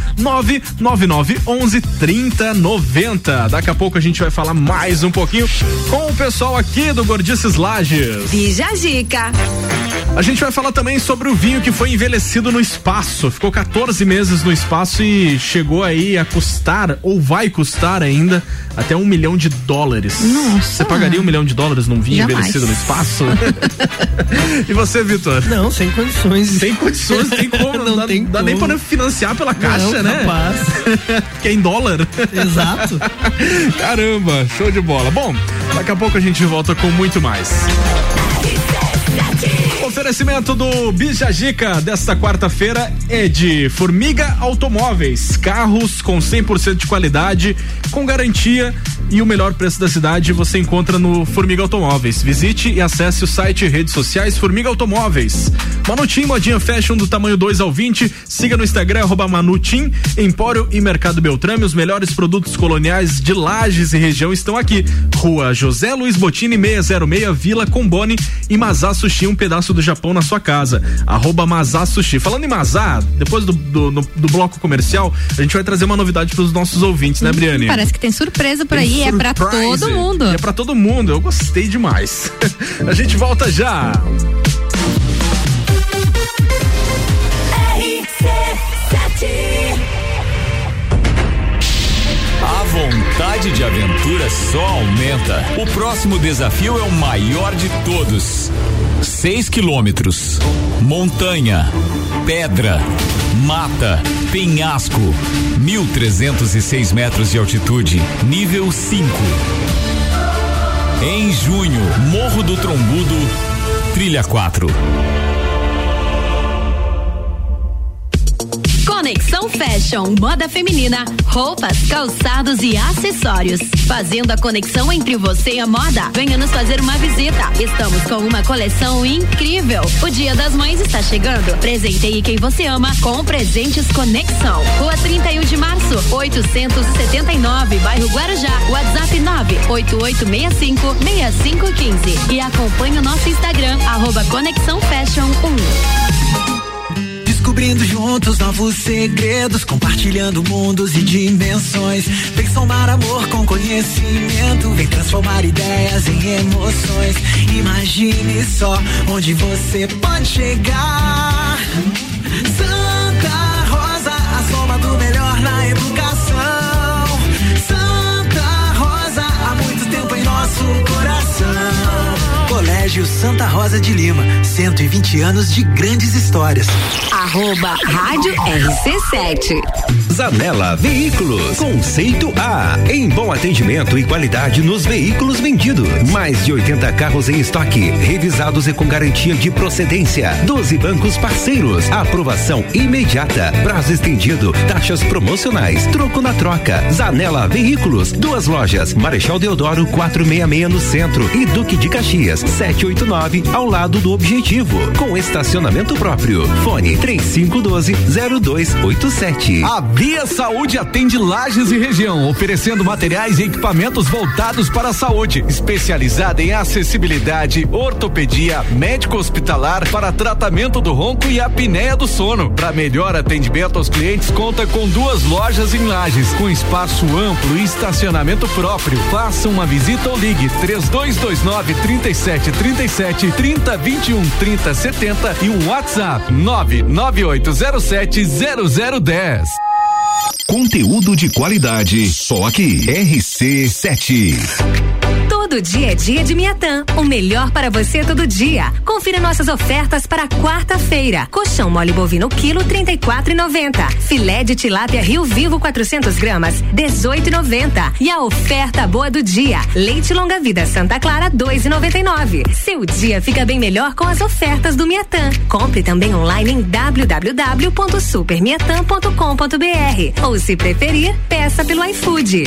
99911-3090. Daqui a pouco a gente vai falar mais um pouquinho com o pessoal aqui do Gordices Lages. Bija Dica. A gente vai falar também sobre o vinho que foi envelhecido no espaço. Ficou 14 meses no espaço e chegou aí a custar, ou vai custar ainda, até $1 milhão. Nossa. Você pagaria $1 milhão num vinho envelhecido no espaço? E você, Vitor? Não, sem condições. Sem condições, tem como. Não dá nem pra financiar pela caixa, né? Capaz. Que é em dólar. Exato. Caramba, show de bola. Bom, daqui a pouco a gente volta com muito mais. Oferecimento do Bija Dica desta quarta-feira é de Formiga Automóveis, carros com 100% de qualidade, com garantia e o melhor preço da cidade você encontra no Formiga Automóveis. Visite e acesse o site e redes sociais Formiga Automóveis. Manutim, modinha fashion do tamanho 2x20, siga no Instagram @Manutim, Empório e Mercado Beltrame, os melhores produtos coloniais de Lages e região estão aqui. Rua José Luiz Bottini 606, Vila Comboni e Mazá Sushi, um pedaço do Japão na sua casa. @Mazá Sushi. Falando em Mazá, depois do bloco comercial, a gente vai trazer uma novidade para os nossos ouvintes, né, Briane? Parece que tem surpresa por aí, é pra todo mundo. É pra todo mundo, eu gostei demais. A gente volta já. A vontade de aventura só aumenta. O próximo desafio é o maior de todos. 6 quilômetros. montanha, pedra, mata, penhasco, 1.306 metros de altitude, nível 5. Em junho, Morro do Trombudo, trilha 4. Conexão Fashion, moda feminina, roupas, calçados e acessórios. Fazendo a conexão entre você e a moda. Venha nos fazer uma visita. Estamos com uma coleção incrível. O Dia das Mães está chegando. Presenteie quem você ama com Presentes Conexão. Rua 31 de Março, 879, bairro Guarujá. WhatsApp 98865-6515. E acompanhe o nosso Instagram, @Conexão Fashion 1. Descobrindo juntos novos segredos, compartilhando mundos e dimensões. Vem somar amor com conhecimento, vem transformar ideias em emoções. Imagine só onde você pode chegar. Santa Rosa, a soma do melhor na educação. Santa Rosa, há muito tempo em nosso coração. Colégio Santa Rosa de Lima, 120 anos de grandes histórias. @Rádio RC7. Zanela Veículos, conceito A, em bom atendimento e qualidade nos veículos vendidos. Mais de 80 carros em estoque, revisados e com garantia de procedência. 12 bancos parceiros, aprovação imediata, prazo estendido, taxas promocionais, troco na troca. Zanela Veículos, 2 lojas, Marechal Deodoro 466 no centro e Duque de Caxias 789 ao lado do Objetivo, com estacionamento próprio. Fone 3512-0287. A Via Saúde atende Lages e região, oferecendo materiais e equipamentos voltados para a saúde, especializada em acessibilidade, ortopedia, médico hospitalar para tratamento do ronco e apneia do sono. Para melhor atendimento aos clientes, conta com 2 lojas em Lages, com espaço amplo e estacionamento próprio. Faça uma visita ou ligue 3229-3737, 3021-3070 e um WhatsApp 998070010. Conteúdo de qualidade, só aqui. RC7. Todo dia é dia de Miatã, o melhor para você todo dia. Confira nossas ofertas para quarta-feira. Colchão mole bovino quilo 34,90. Filé de tilápia Rio Vivo 400 gramas 18,90. E a oferta boa do dia: leite longa vida Santa Clara 2,99. Seu dia fica bem melhor com as ofertas do Miatã. Compre também online em www.supermiatã.com.br ou, se preferir, peça pelo iFood.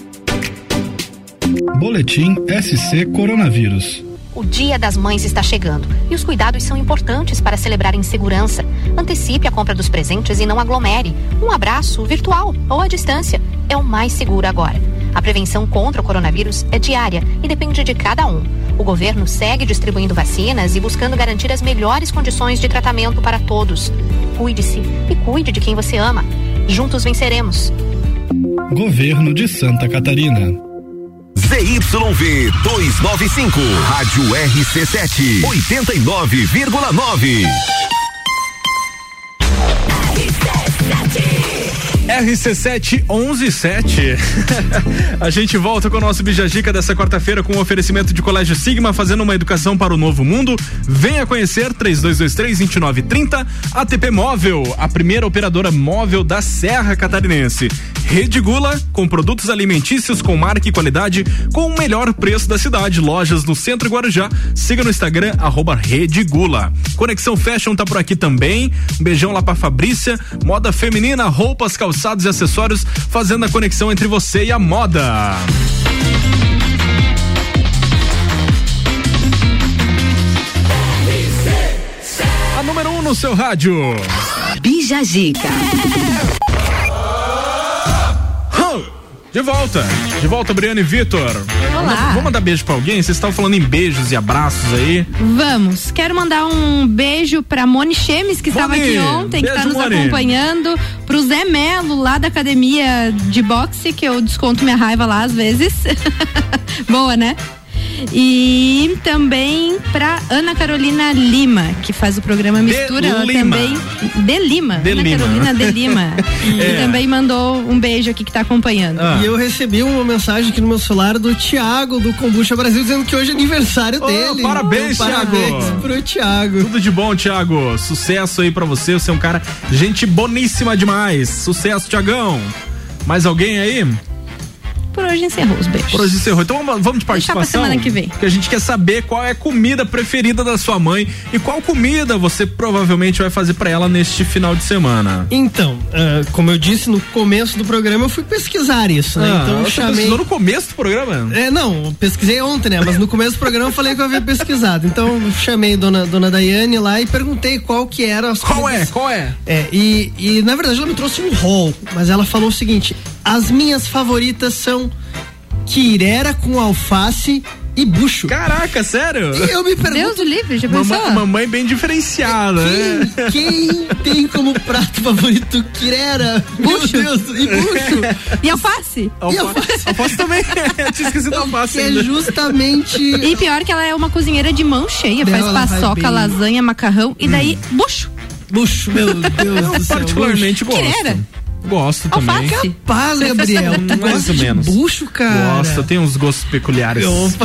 Boletim SC Coronavírus. O Dia das Mães está chegando e os cuidados são importantes para celebrar em segurança. Antecipe a compra dos presentes e não aglomere. Um abraço virtual ou à distância é o mais seguro agora. A prevenção contra o coronavírus é diária e depende de cada um. O governo segue distribuindo vacinas e buscando garantir as melhores condições de tratamento para todos. Cuide-se e cuide de quem você ama. Juntos venceremos. Governo de Santa Catarina. ZYV 295, Rádio RC7, 89,9. RC7 117. A gente volta com o nosso Bijagica dessa quarta-feira com o oferecimento de Colégio Sigma, fazendo uma educação para o novo mundo. Venha conhecer 3223-2930. ATP Móvel, a primeira operadora móvel da Serra Catarinense. Rede Gula, com produtos alimentícios com marca e qualidade, com o melhor preço da cidade. Lojas no Centro e Guarujá. Siga no Instagram, @Rede Gula. Conexão Fashion tá por aqui também. Um beijão lá pra Fabrícia. Moda feminina, roupas, calçados e acessórios, fazendo a conexão entre você e a moda. A número 1 no seu rádio. Bijagica. De volta, Briane e Vitor. Olá. Vamos mandar beijo pra alguém? Vocês estavam falando em beijos e abraços aí. Vamos. Quero mandar um beijo pra Moni Chemes, que estava aqui ontem, beijo, que tá nos acompanhando. Pro Zé Melo, lá da academia de boxe, que eu desconto minha raiva lá às vezes. Boa, né? E também pra Ana Carolina Lima, que faz o programa Mistura. Ela também. De Lima. Carolina de Lima. E também mandou um beijo aqui que tá acompanhando. E eu recebi uma mensagem aqui no meu celular do Thiago, do Kombucha Brasil, dizendo que hoje é aniversário dele. Parabéns, então, Thiago. Parabéns pro Thiago. Tudo de bom, Thiago. Sucesso aí pra você. Você é um cara, gente boníssima demais. Sucesso, Thiagão. Mais alguém aí? Por hoje encerrou os beijos. Por hoje encerrou. Então vamos de participação. Deixar pra semana que vem. Porque a gente quer saber qual é a comida preferida da sua mãe e qual comida você provavelmente vai fazer pra ela neste final de semana. Então, como eu disse no começo do programa, eu fui pesquisar isso, né? Então eu chamei. Pesquisou no começo do programa? Não, eu pesquisei ontem, né? Mas no começo do programa eu falei que eu havia pesquisado. Então eu chamei dona Daiane lá e perguntei qual que era as comidas. Qual é? E na verdade ela me trouxe um rol, mas ela falou o seguinte: as minhas favoritas são quirera com alface e bucho. Caraca, sério? E eu me pergunto, Deus do livre, já pensou? Mamãe bem diferenciada, né? Quem tem como prato favorito quirera? Bucho. Meu Deus, e bucho. E alface? Alface também. Eu tinha esquecido da alface. Que é justamente. E pior que ela é uma cozinheira de mão cheia, faz paçoca, lasanha, macarrão e daí bucho. Bucho, meu Deus do céu. Particularmente gosto. Quirera. Gosto também. Capaz, Gabriel. Mais ou menos. Bucho, cara. Gosto, tem uns gostos peculiares. Opa.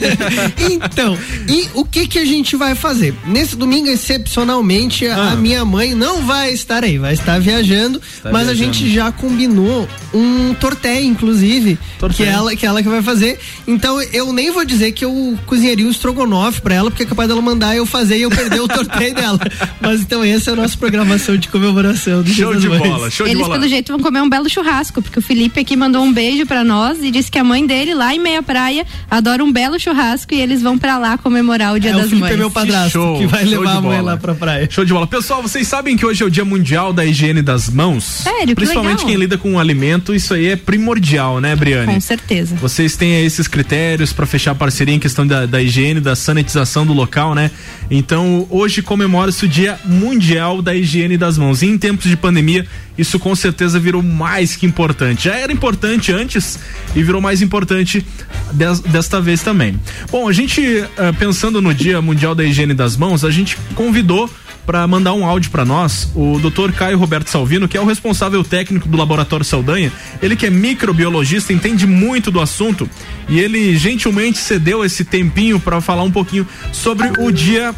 Então, e o que a gente vai fazer? Nesse domingo, excepcionalmente, a minha mãe não vai estar aí, vai estar viajando, mas a gente já combinou um torté, inclusive, que ela que vai fazer. Então, eu nem vou dizer que eu cozinharia o estrogonofe pra ela, porque é capaz dela mandar eu fazer e eu perder o torté dela. Mas então, essa é a nossa programação de comemoração do Show de bola, show de bola. Pelo jeito vão comer um belo churrasco, porque o Felipe aqui mandou um beijo pra nós e disse que a mãe dele lá em Meia Praia adora um belo churrasco e eles vão pra lá comemorar o Dia das Mães. O Felipe é meu padrasto, que vai levar a mãe lá pra praia. Show de bola. Pessoal, vocês sabem que hoje é o Dia Mundial da Higiene das Mãos? Sério? Principalmente quem lida com alimento, isso aí é primordial, né, Briane? Com certeza. Vocês têm aí esses critérios pra fechar a parceria em questão da higiene, da sanitização do local, né? Então, hoje comemora-se o Dia Mundial da Higiene das Mãos. E em tempos de pandemia, isso com certeza virou mais que importante. Já era importante antes e virou mais importante desta vez também. Bom, a gente, pensando no Dia Mundial da Higiene das Mãos, a gente convidou para mandar um áudio para nós o Dr. Caio Roberto Salvino, que é o responsável técnico do Laboratório Saldanha. Ele que é microbiologista, entende muito do assunto e ele gentilmente cedeu esse tempinho para falar um pouquinho sobre o Dia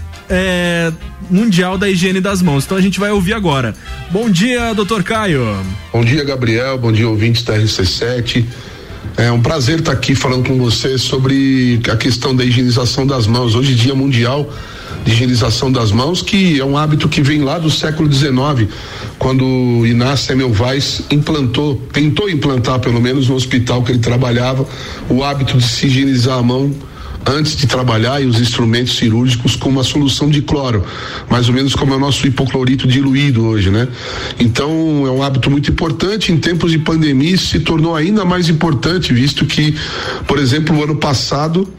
Mundial da Higiene das Mãos. Então a gente vai ouvir agora. Bom dia, doutor Caio. Bom dia, Gabriel. Bom dia, ouvintes da RC7. É um prazer estar aqui falando com você sobre a questão da higienização das mãos. Hoje, Dia Mundial de Higienização das Mãos, que é um hábito que vem lá do século XIX, quando Inácio Semmelweis tentou implantar, pelo menos no hospital que ele trabalhava, o hábito de se higienizar a mão antes de trabalhar e os instrumentos cirúrgicos com uma solução de cloro, mais ou menos como é o nosso hipoclorito diluído hoje, né? Então é um hábito muito importante. Em tempos de pandemia isso se tornou ainda mais importante, visto que, por exemplo, o ano passado,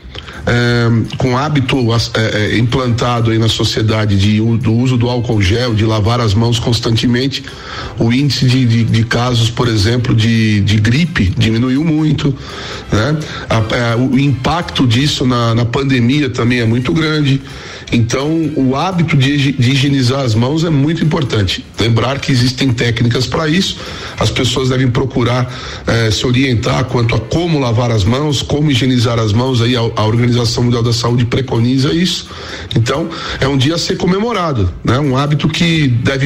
com hábito implantado aí na sociedade do uso do álcool gel, de lavar as mãos constantemente, o índice de casos, por exemplo, de gripe diminuiu muito, né? O impacto disso na pandemia também é muito grande. Então, o hábito de higienizar as mãos é muito importante. Lembrar que existem técnicas para isso. As pessoas devem procurar se orientar quanto a como lavar as mãos, como higienizar as mãos. Aí a Organização Mundial da Saúde preconiza isso. Então, é um dia a ser comemorado, né? Um hábito que deve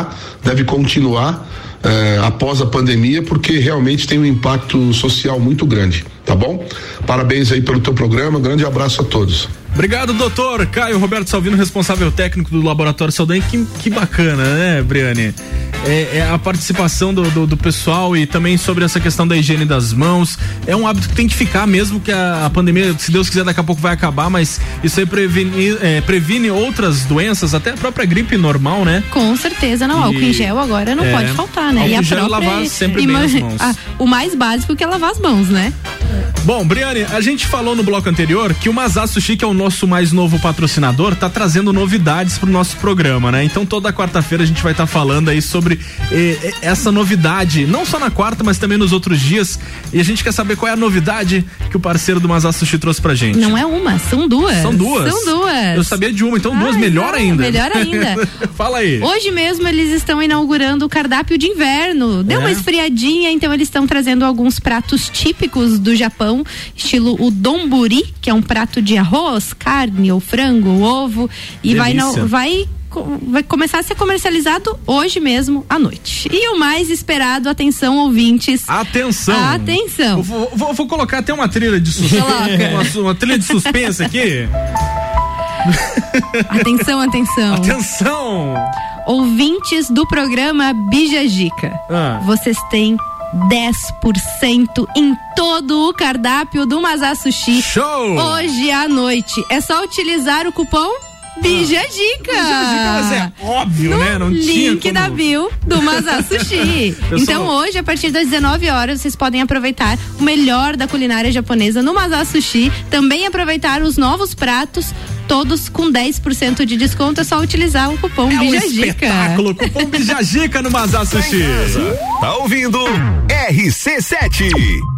continuar após a pandemia, porque realmente tem um impacto social muito grande, tá bom? Parabéns aí pelo teu programa, grande abraço a todos. Obrigado, doutor Caio Roberto Salvino, responsável técnico do Laboratório Saldanha. Que bacana, né, Briane? A participação do pessoal e também sobre essa questão da higiene das mãos. É um hábito que tem que ficar, mesmo que a pandemia, se Deus quiser, daqui a pouco vai acabar, mas isso aí previne outras doenças, até a própria gripe normal, né? Com certeza, não. Álcool em gel agora não pode faltar, né? Álcool em gel, lavar sempre bem as mãos. O mais básico que é lavar as mãos, né? Bom, Briane, a gente falou no bloco anterior que o Mazá Sushi, que é o nosso mais novo patrocinador, tá trazendo novidades pro nosso programa, né? Então toda quarta-feira a gente vai estar falando aí sobre essa novidade, não só na quarta, mas também nos outros dias. E a gente quer saber qual é a novidade que o parceiro do Mazá Sushi trouxe pra gente. Não é uma, são duas. São duas? São duas. Eu sabia de uma, então duas, melhor ainda. Melhor ainda. Fala aí. Hoje mesmo eles estão inaugurando o cardápio de inverno. Deu uma esfriadinha, então eles estão trazendo alguns pratos típicos do Japão, estilo o donburi, que é um prato de arroz, carne ou frango, ovo, e vai começar a ser comercializado hoje mesmo à noite. E o mais esperado, atenção, ouvintes. Atenção. Vou colocar até uma trilha de suspense. uma trilha de suspense aqui. Atenção. Ouvintes do programa Bijagica. Vocês têm 10% em todo o cardápio do Mazá Sushi. Show! Hoje à noite. É só utilizar o cupom Bijagica. Mas é óbvio, né? Não tinha link como... da bio do Mazá Sushi. Então hoje, a partir das 19 horas, vocês podem aproveitar o melhor da culinária japonesa no Mazá Sushi. Também aproveitar os novos pratos, todos com 10% de desconto. É só utilizar o cupom Bijagica. Espetáculo, cupom Bijagica no Mazá Sushi. Tá ouvindo? RC7.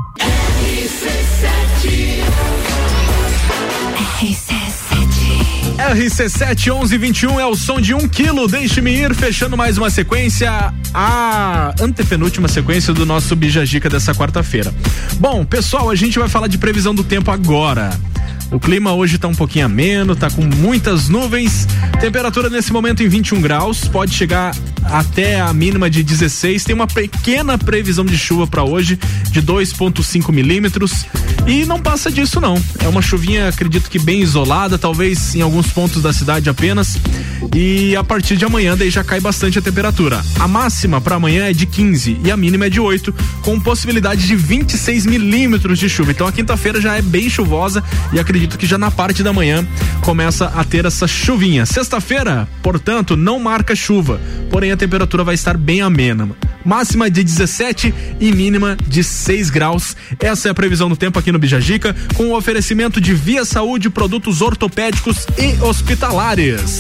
RC7 1121 é o som de 1 quilo. Deixe-me ir, fechando mais uma sequência, a antepenúltima sequência do nosso Bijagica dessa quarta-feira. Bom, pessoal, a gente vai falar de previsão do tempo agora. O clima hoje tá um pouquinho ameno, tá com muitas nuvens. Temperatura nesse momento em 21 graus, pode chegar até a mínima de 16. Tem uma pequena previsão de chuva para hoje de 2,5 milímetros e não passa disso não. É uma chuvinha, acredito que bem isolada, talvez em alguns pontos da cidade apenas. E a partir de amanhã daí já cai bastante a temperatura. A máxima para amanhã é de 15 e a mínima é de 8, com possibilidade de 26 milímetros de chuva. Então a quinta-feira já é bem chuvosa e acredito que já na parte da manhã começa a ter essa chuvinha. Sexta-feira, portanto, não marca chuva, porém a temperatura vai estar bem amena. Máxima de 17 e mínima de 6 graus. Essa é a previsão do tempo aqui no Bijagica, com o oferecimento de Via Saúde, produtos ortopédicos e hospitalares.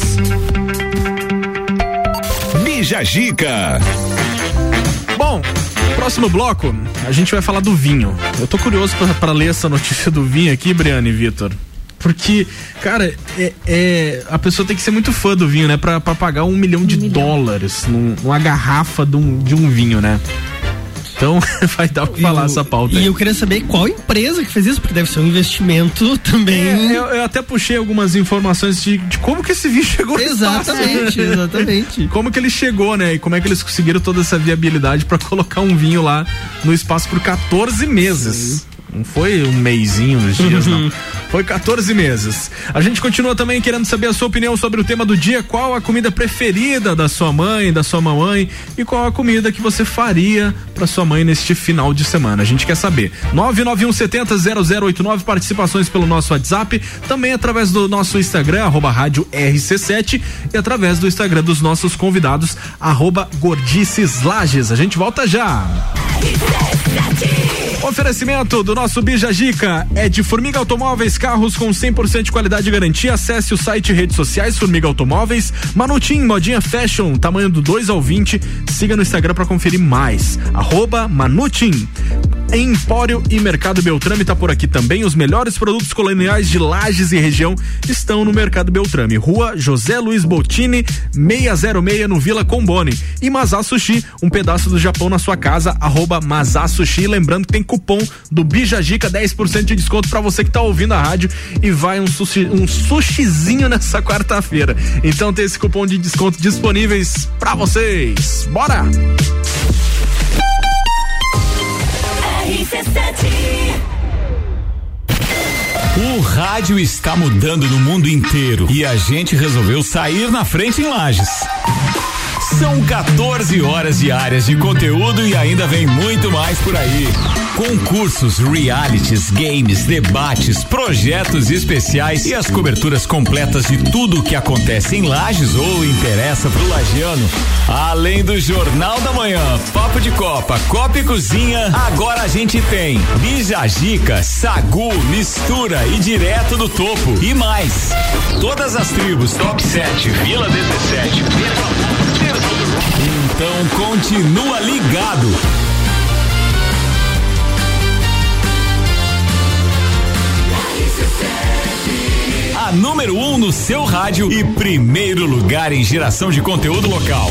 Bijagica. Bom, próximo bloco, a gente vai falar do vinho. Eu tô curioso pra ler essa notícia do vinho aqui, Briane e Vitor. Porque, cara, a pessoa tem que ser muito fã do vinho, né? Pra pagar $1 milhão numa garrafa de um vinho, né? Então, vai dar pra falar essa pauta aí. E eu queria saber qual empresa que fez isso, porque deve ser um investimento também. Eu até puxei algumas informações de como que esse vinho chegou. Exatamente. Como que ele chegou, né? E como é que eles conseguiram toda essa viabilidade pra colocar um vinho lá no espaço por 14 meses. Sim. Não foi um meizinho, uns dias, não. Foi 14 meses. A gente continua também querendo saber a sua opinião sobre o tema do dia. Qual a comida preferida da sua mãe, da sua mamãe, e qual a comida que você faria pra sua mãe neste final de semana? A gente quer saber. 991700089, participações pelo nosso WhatsApp, também através do nosso Instagram, @rádio RC7, e através do Instagram dos nossos convidados, @gordiceslages. A gente volta já. Oferecimento do nosso Bijagica é de Formiga Automóveis, carros com 100% de qualidade e garantia. Acesse o site e redes sociais Formiga Automóveis. Manutim, modinha fashion, tamanho do 2 ao 20. Siga no Instagram para conferir mais. @Manutim. Empório e Mercado Beltrame tá por aqui também. Os melhores produtos coloniais de Lages e região estão no Mercado Beltrame. Rua José Luiz Bottini, 606, no Vila Combone. E Mazá Sushi, um pedaço do Japão na sua casa, @Mazá Sushi. Lembrando que tem cupom do Bijagica, 10% de desconto pra você que tá ouvindo a rádio, e vai um sushizinho nessa quarta-feira. Então tem esse cupom de desconto disponíveis pra vocês. Bora! O rádio está mudando no mundo inteiro e a gente resolveu sair na frente em Lages. São 14 horas diárias de conteúdo e ainda vem muito mais por aí. Concursos, realities, games, debates, projetos especiais e as coberturas completas de tudo o que acontece em Lages ou interessa pro lagiano. Além do Jornal da Manhã, Papo de Copa, Copa e Cozinha, agora a gente tem Bijagica, Sagu, Mistura e Direto do Topo e mais. Todas as tribos, Top 7, Vila 17, então continua ligado. A número 1 no seu rádio e primeiro lugar em geração de conteúdo local.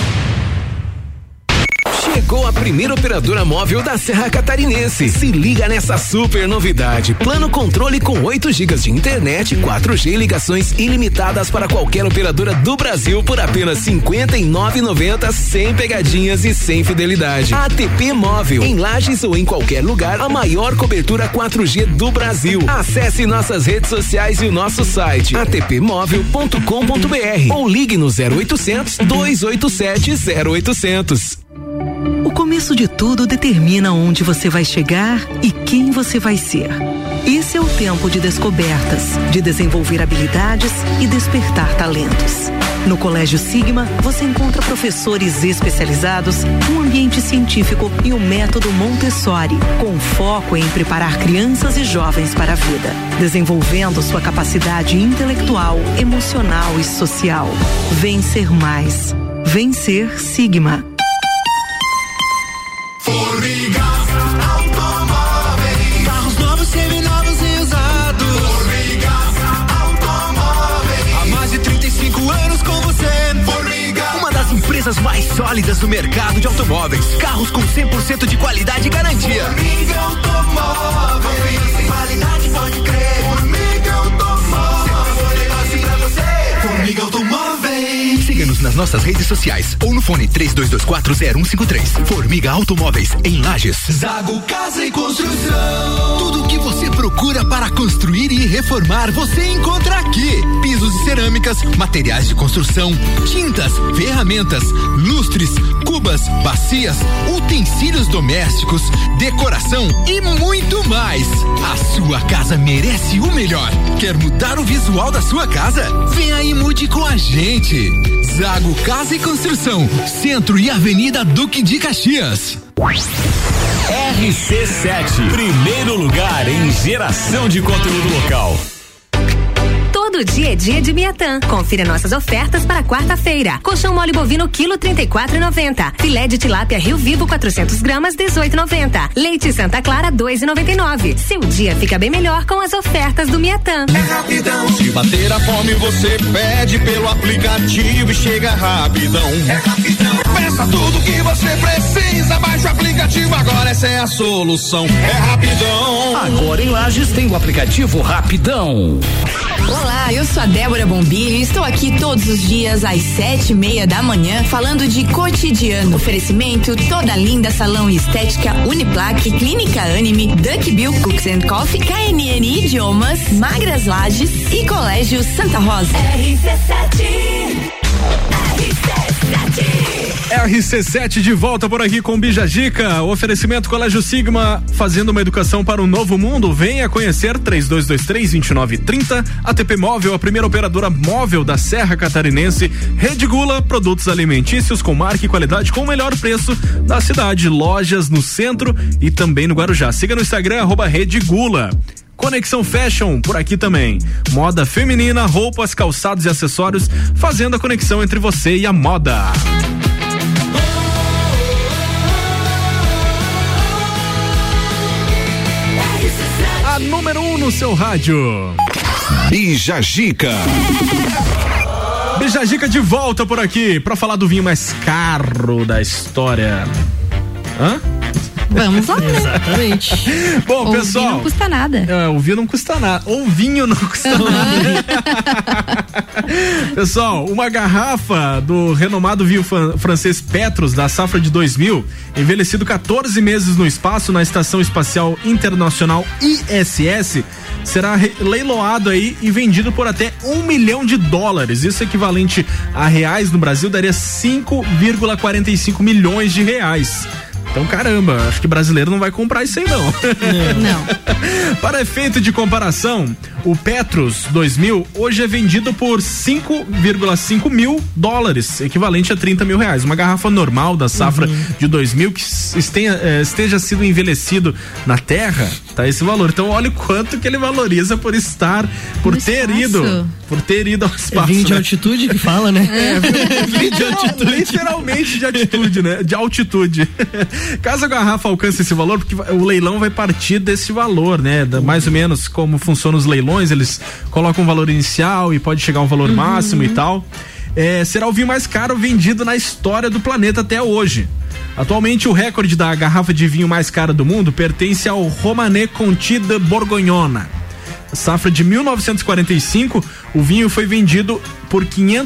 Chegou a primeira operadora móvel da Serra Catarinense. Se liga nessa super novidade. Plano controle com 8 GB de internet, 4G ligações ilimitadas para qualquer operadora do Brasil por apenas R$ 59,90, sem pegadinhas e sem fidelidade. ATP Móvel. Em Lages ou em qualquer lugar, a maior cobertura 4G do Brasil. Acesse nossas redes sociais e o nosso site atpmóvel.com.br ou ligue no 0800 287 0800. O começo de tudo determina onde você vai chegar e quem você vai ser. Esse é o tempo de descobertas, de desenvolver habilidades e despertar talentos. No Colégio Sigma, você encontra professores especializados, um ambiente científico e o método Montessori, com foco em preparar crianças e jovens para a vida, desenvolvendo sua capacidade intelectual, emocional e social. Vencer mais. Vencer Sigma. Formiga Automóveis. Carros novos, seminovos e usados. Formiga Automóveis. Há mais de 35 anos com você. Formiga. Uma das empresas mais sólidas do mercado de automóveis. Carros com 100% de qualidade e garantia. Formiga Automóveis. Qualidade pode crer. Formiga Automóveis. Negócio pra você. Formiga Automóveis. Siga-nos nas nossas redes sociais ou no fone 32240153. Formiga Automóveis, em Lages. Zago Casa e Construção. Tudo o que você procura para construir e reformar, você encontra aqui. Pisos e cerâmicas, materiais de construção, tintas, ferramentas, lustres, cubas, bacias, utensílios domésticos, decoração e muito mais. A sua casa merece o melhor. Quer mudar o visual da sua casa? Venha e mude com a gente. Zago Casa e Construção, Centro e Avenida Duque de Caxias. RC7, primeiro lugar em geração de conteúdo local. Todo dia é dia de Miatã. Confira nossas ofertas para quarta-feira. Colchão mole bovino quilo 34,90. Filé de tilápia Rio Vivo 400 gramas 18,90. Leite Santa Clara 2,99. Seu dia fica bem melhor com as ofertas do Miatã. É rapidão. Se bater a fome você pede pelo aplicativo e chega rapidão. É rapidão. Peça tudo que você precisa, baixa o aplicativo agora, essa é a solução. É rapidão. Agora em Lages tem o aplicativo Rapidão. Olá, eu sou a Débora Bombilho e estou aqui todos os dias às 7:30 da manhã falando de cotidiano. Oferecimento Toda Linda Salão e Estética Uniplaque, Clínica Anime, Duck Bill Cooks and Coffee, KNN Idiomas, Magras Lages e Colégio Santa Rosa. RC7 de volta por aqui com Bijagica, oferecimento Colégio Sigma, fazendo uma educação para um novo mundo. Venha conhecer 3223-2930. ATP Móvel, a primeira operadora móvel da Serra Catarinense. Rede Gula, produtos alimentícios com marca e qualidade com o melhor preço da cidade. Lojas no centro e também no Guarujá. Siga no Instagram @Rede Gula. Conexão Fashion, por aqui também. Moda feminina, roupas, calçados e acessórios, fazendo a conexão entre você e a moda. A número 1 no seu rádio. Bijagica. Bijagica de volta por aqui pra falar do vinho mais caro da história. Hã? Vamos lá, né? Exatamente. Bom, Ouvir pessoal. não custa nada. Ouvir não custa nada. Ouvinho não custa nada. Pessoal, uma garrafa do renomado vinho francês Petrus, da safra de 2000, envelhecido 14 meses no espaço na Estação Espacial Internacional ISS, será leiloado aí e vendido por até $1 milhão. Isso equivalente a reais no Brasil daria 5,45 milhões de reais. Então, caramba, acho que brasileiro não vai comprar isso aí não. Não. Para efeito de comparação, o Petrus 2000 hoje é vendido por $5,5 mil, equivalente a R$30 mil. Uma garrafa normal da safra de 2000 que esteja sido envelhecido na terra, tá esse valor. Então, olha o quanto que ele valoriza por ter ido ao espaço. É vinho de altitude que fala, né? Vinho de altitude. Literalmente de altitude, né? De altitude. Caso a garrafa alcance esse valor, porque o leilão vai partir desse valor, né? Mais ou menos como funcionam os leilões, eles colocam um valor inicial e pode chegar a um valor máximo e tal. Será o vinho mais caro vendido na história do planeta até hoje. Atualmente, o recorde da garrafa de vinho mais cara do mundo pertence ao Romanée Conti de Borgognona. Safra de 1945, o vinho foi vendido por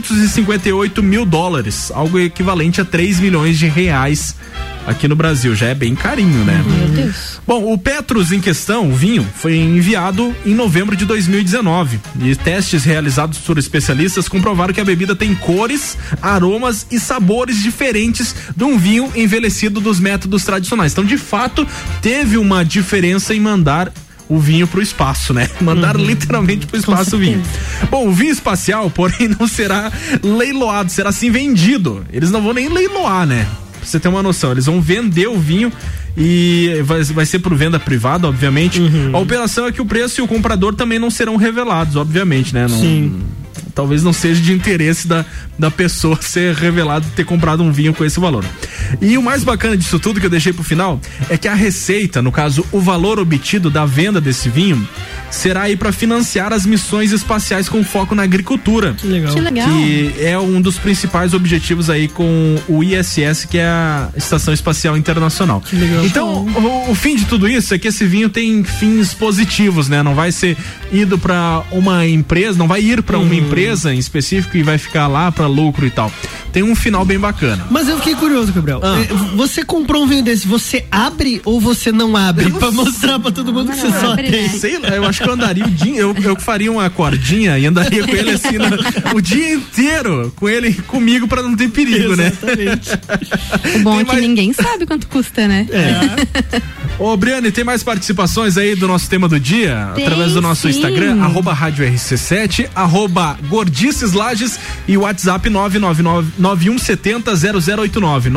$558 mil, algo equivalente a R$3 milhões aqui no Brasil. Já é bem carinho, né? Meu Deus. Bom, o Petrus em questão, o vinho, foi enviado em novembro de 2019 e testes realizados por especialistas comprovaram que a bebida tem cores, aromas e sabores diferentes de um vinho envelhecido dos métodos tradicionais. Então, de fato, teve uma diferença em mandar o vinho pro espaço, né? Mandaram literalmente pro espaço o vinho. Bom, o vinho espacial, porém, não será leiloado, será sim vendido. Eles não vão nem leiloar, né? Pra você ter uma noção, eles vão vender o vinho e vai ser por venda privada, obviamente. A operação é que o preço e o comprador também não serão revelados, obviamente, né? Sim. Talvez não seja de interesse da pessoa ser revelado ter comprado um vinho com esse valor. E o mais bacana disso tudo que eu deixei pro final é que a receita, no caso, o valor obtido da venda desse vinho, será aí para financiar as missões espaciais com foco na agricultura. Que legal. Que é um dos principais objetivos aí com o ISS, que é a Estação Espacial Internacional. Que legal. Então, o fim de tudo isso é que esse vinho tem fins positivos, né? Não vai ser ido para uma empresa, não vai ir para uma empresa em específico e vai ficar lá para lucro e tal. Tem um final bem bacana. Mas eu fiquei curioso, Gabriel. Você comprou um vinho desse, você abre ou você não abre? Pra mostrar pra todo mundo que você só tem. Né? Sei lá, eu acho que eu andaria o dia, eu faria uma cordinha e andaria com ele assim o dia inteiro com ele comigo pra não ter perigo, exatamente, né? O bom é que ninguém sabe quanto custa, né? Ô, Briane, tem mais participações aí do nosso tema do dia? Através do nosso Instagram, @Rádio RC7, @Gordices Lages e o WhatsApp 991700089,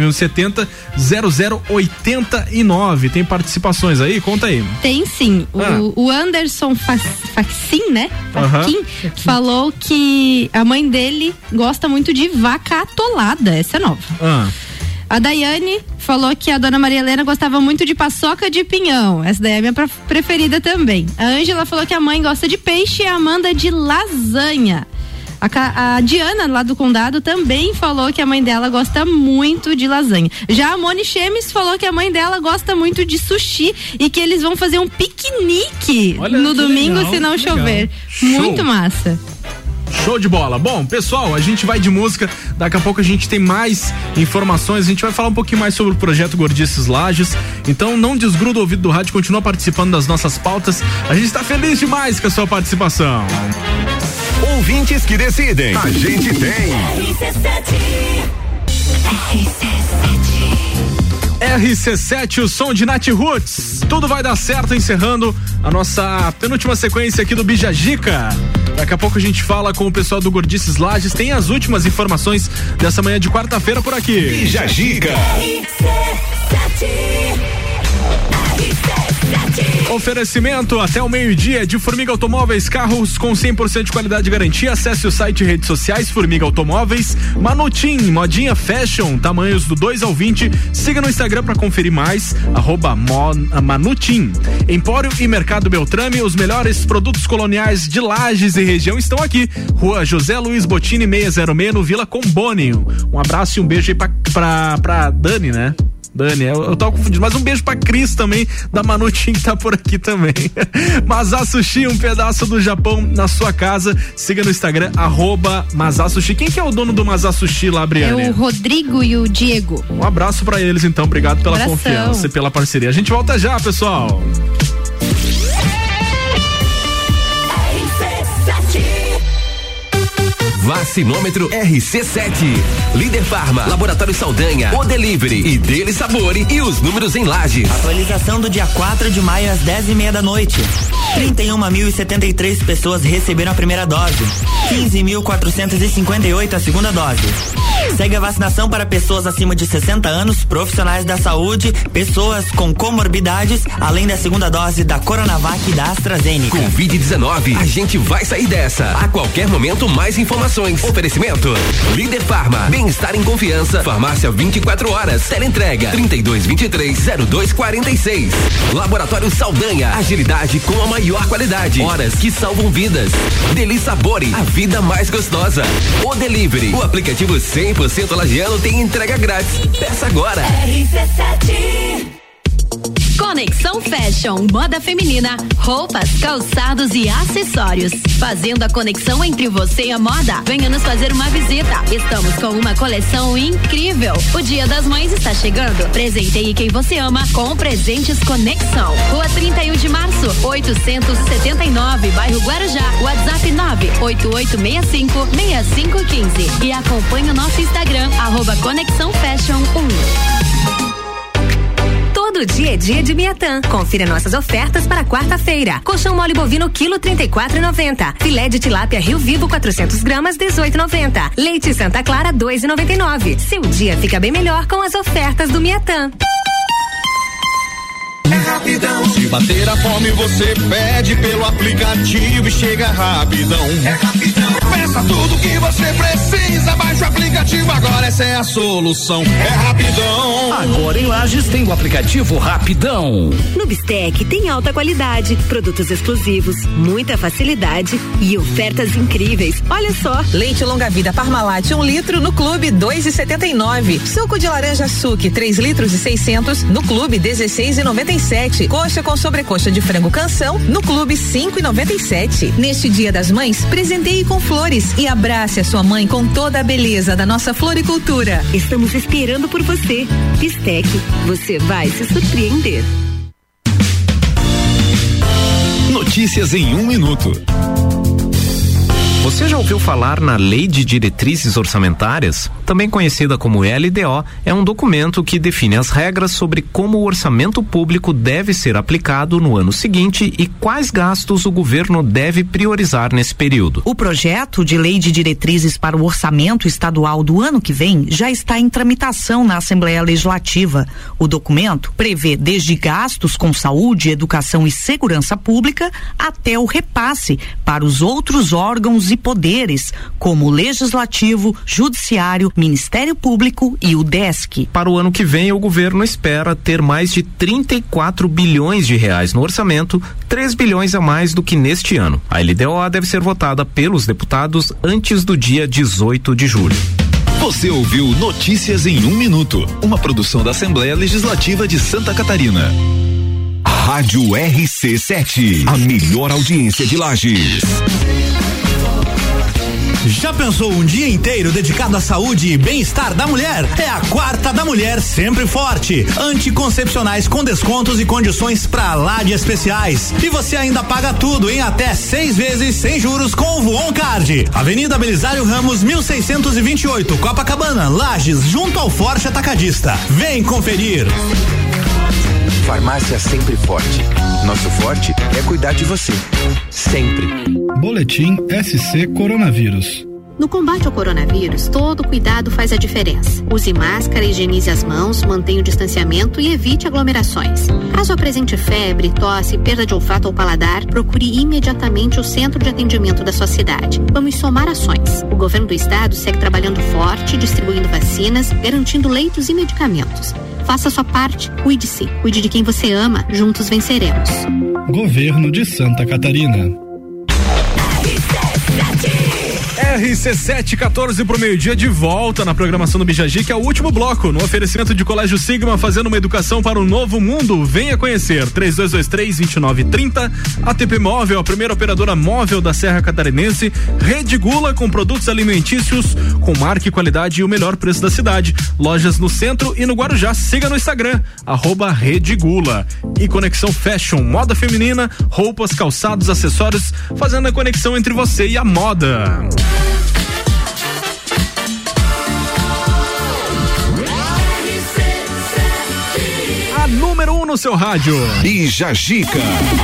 991700089. Tem participações aí? Conta aí. Tem sim. O Anderson Facin, né? Facin, falou que a mãe dele gosta muito de vaca atolada. Essa é nova. A Daiane falou que a dona Maria Helena gostava muito de paçoca de pinhão. Essa daí é a minha preferida também. A Ângela falou que a mãe gosta de peixe e a Amanda de lasanha. A Diana, lá do Condado, também falou que a mãe dela gosta muito de lasanha. Já a Moni Chemes falou que a mãe dela gosta muito de sushi e que eles vão fazer um piquenique no domingo, legal, se não chover. Muito massa. Show de bola. Bom, pessoal, a gente vai de música. Daqui a pouco a gente tem mais informações. A gente vai falar um pouquinho mais sobre o projeto Gordices Lages. Então não desgruda o ouvido do rádio, continua participando das nossas pautas. A gente está feliz demais com a sua participação. Ouvintes que decidem. A gente tem. RC7, o som de Nath Roots. Tudo vai dar certo, encerrando a nossa penúltima sequência aqui do Bijagica. Daqui a pouco a gente fala com o pessoal do Gordices Lages. Tem as últimas informações dessa manhã de quarta-feira por aqui. Bijagica. Oferecimento até o meio-dia de Formiga Automóveis, carros com 100% de qualidade e garantia. Acesse o site e redes sociais Formiga Automóveis. Manutim, modinha fashion, tamanhos do 2 ao 20. Siga no Instagram para conferir mais, @Manutim. Empório e Mercado Beltrame, os melhores produtos coloniais de Lages e região estão aqui. Rua José Luiz Bottini 606, no Vila Comboni. Um abraço e um beijo aí pra Dani, né? Dani, eu tava confundindo. Mas um beijo pra Cris também, da Manutim, que tá por aqui também. Masá Sushi, um pedaço do Japão na sua casa. Siga no Instagram, @Masá Sushi. Quem que é o dono do Masá Sushi lá, Briane? É o Rodrigo e o Diego. Um abraço pra eles, então. Obrigado pela confiança e pela parceria. A gente volta já, pessoal. Vacinômetro RC7. Líder Farma, Laboratório Saldanha, O Delivery e Dele Sabore e os números em Lages. Atualização do dia 4 de maio às 10:30 da noite. 31.073 pessoas receberam a primeira dose. 15.458 a segunda dose. Segue a vacinação para pessoas acima de 60 anos, profissionais da saúde, pessoas com comorbidades, além da segunda dose da Coronavac e da AstraZeneca. Covid-19, a gente vai sair dessa. A qualquer momento, mais informações. Oferecimento: Líder Farma, bem-estar em confiança. Farmácia 24 horas. Teleentrega 3223-0246. Laboratório Saldanha, agilidade com a maior qualidade. Horas que salvam vidas. Deli Sabore, a vida mais gostosa. O Delivery, o aplicativo 100% lagiano, tem entrega grátis. Peça agora. RC7 Conexão Fashion, moda feminina, roupas, calçados e acessórios. Fazendo a conexão entre você e a moda. Venha nos fazer uma visita. Estamos com uma coleção incrível. O Dia das Mães está chegando. Presenteie quem você ama com Presentes Conexão. Rua 31 de Março, 879, bairro Guarujá. WhatsApp 98865-6515. E acompanhe o nosso Instagram, @Conexão Fashion 1. Todo dia é dia de Miatã. Confira nossas ofertas para quarta-feira. Colchão mole bovino quilo 34,90. Filé de tilápia Rio Vivo 400 gramas 18,90. Leite Santa Clara 2,99. Seu dia fica bem melhor com as ofertas do Miatã. É rapidão. Se bater a fome, você pede pelo aplicativo e chega rapidão. É rapidão. Peça tudo que você precisa, baixa o aplicativo agora, essa é a solução. É rapidão. Agora em Lages tem o aplicativo Rapidão. No Bistec tem alta qualidade, produtos exclusivos, muita facilidade e ofertas incríveis. Olha só, leite longa vida Parmalat 1 litro no Clube 2,79. Suco de laranja Suque 3 litros e 600 no Clube 16,97. Coxa com sobrecoxa de frango Canção no Clube 5,97. Neste Dia das Mães, presenteie com flores e abrace a sua mãe com toda a beleza da nossa floricultura. Estamos esperando por você. Bistec, você vai se surpreender. Notícias em 1 minuto. Você já ouviu falar na Lei de Diretrizes Orçamentárias? Também conhecida como LDO, é um documento que define as regras sobre como o orçamento público deve ser aplicado no ano seguinte e quais gastos o governo deve priorizar nesse período. O projeto de Lei de Diretrizes para o Orçamento Estadual do ano que vem já está em tramitação na Assembleia Legislativa. O documento prevê desde gastos com saúde, educação e segurança pública até o repasse para os outros órgãos e poderes, como o Legislativo, Judiciário, Ministério Público e o DESC. Para o ano que vem, o governo espera ter mais de 34 bilhões de reais no orçamento, 3 bilhões a mais do que neste ano. A LDO deve ser votada pelos deputados antes do dia 18 de julho. Você ouviu Notícias em 1 minuto, uma produção da Assembleia Legislativa de Santa Catarina. Rádio RC7, a melhor audiência de Lages. Já pensou um dia inteiro dedicado à saúde e bem-estar da mulher? É a Quarta da Mulher Sempre Forte. Anticoncepcionais com descontos e condições pra lá de especiais. E você ainda paga tudo em até 6 vezes sem juros com o Voon Card. Avenida Belisário Ramos, 1628, Copacabana, Lages, junto ao Forte Atacadista. Vem conferir. Farmácia Sempre Forte. Nosso forte é cuidar de você. Sempre. Boletim SC Coronavírus. No combate ao coronavírus, todo cuidado faz a diferença. Use máscara, higienize as mãos, mantenha o distanciamento e evite aglomerações. Caso apresente febre, tosse, perda de olfato ou paladar, procure imediatamente o centro de atendimento da sua cidade. Vamos somar ações. O governo do estado segue trabalhando forte, distribuindo vacinas, garantindo leitos e medicamentos. Faça a sua parte, cuide-se, cuide de quem você ama, juntos venceremos. Governo de Santa Catarina. RC7, 14 pro meio-dia, de volta na programação do Bijaji, que é o último bloco, no oferecimento de Colégio Sigma, fazendo uma educação para um novo mundo. Venha conhecer, 3223-2930, ATP Móvel, a primeira operadora móvel da Serra Catarinense, Rede Gula, com produtos alimentícios com marca e qualidade e o melhor preço da cidade. Lojas no centro e no Guarujá. Siga no Instagram, @Rede Gula. E Conexão Fashion, moda feminina, roupas, calçados, acessórios, fazendo a conexão entre você e a moda. A número 1 no seu rádio. Bijagica.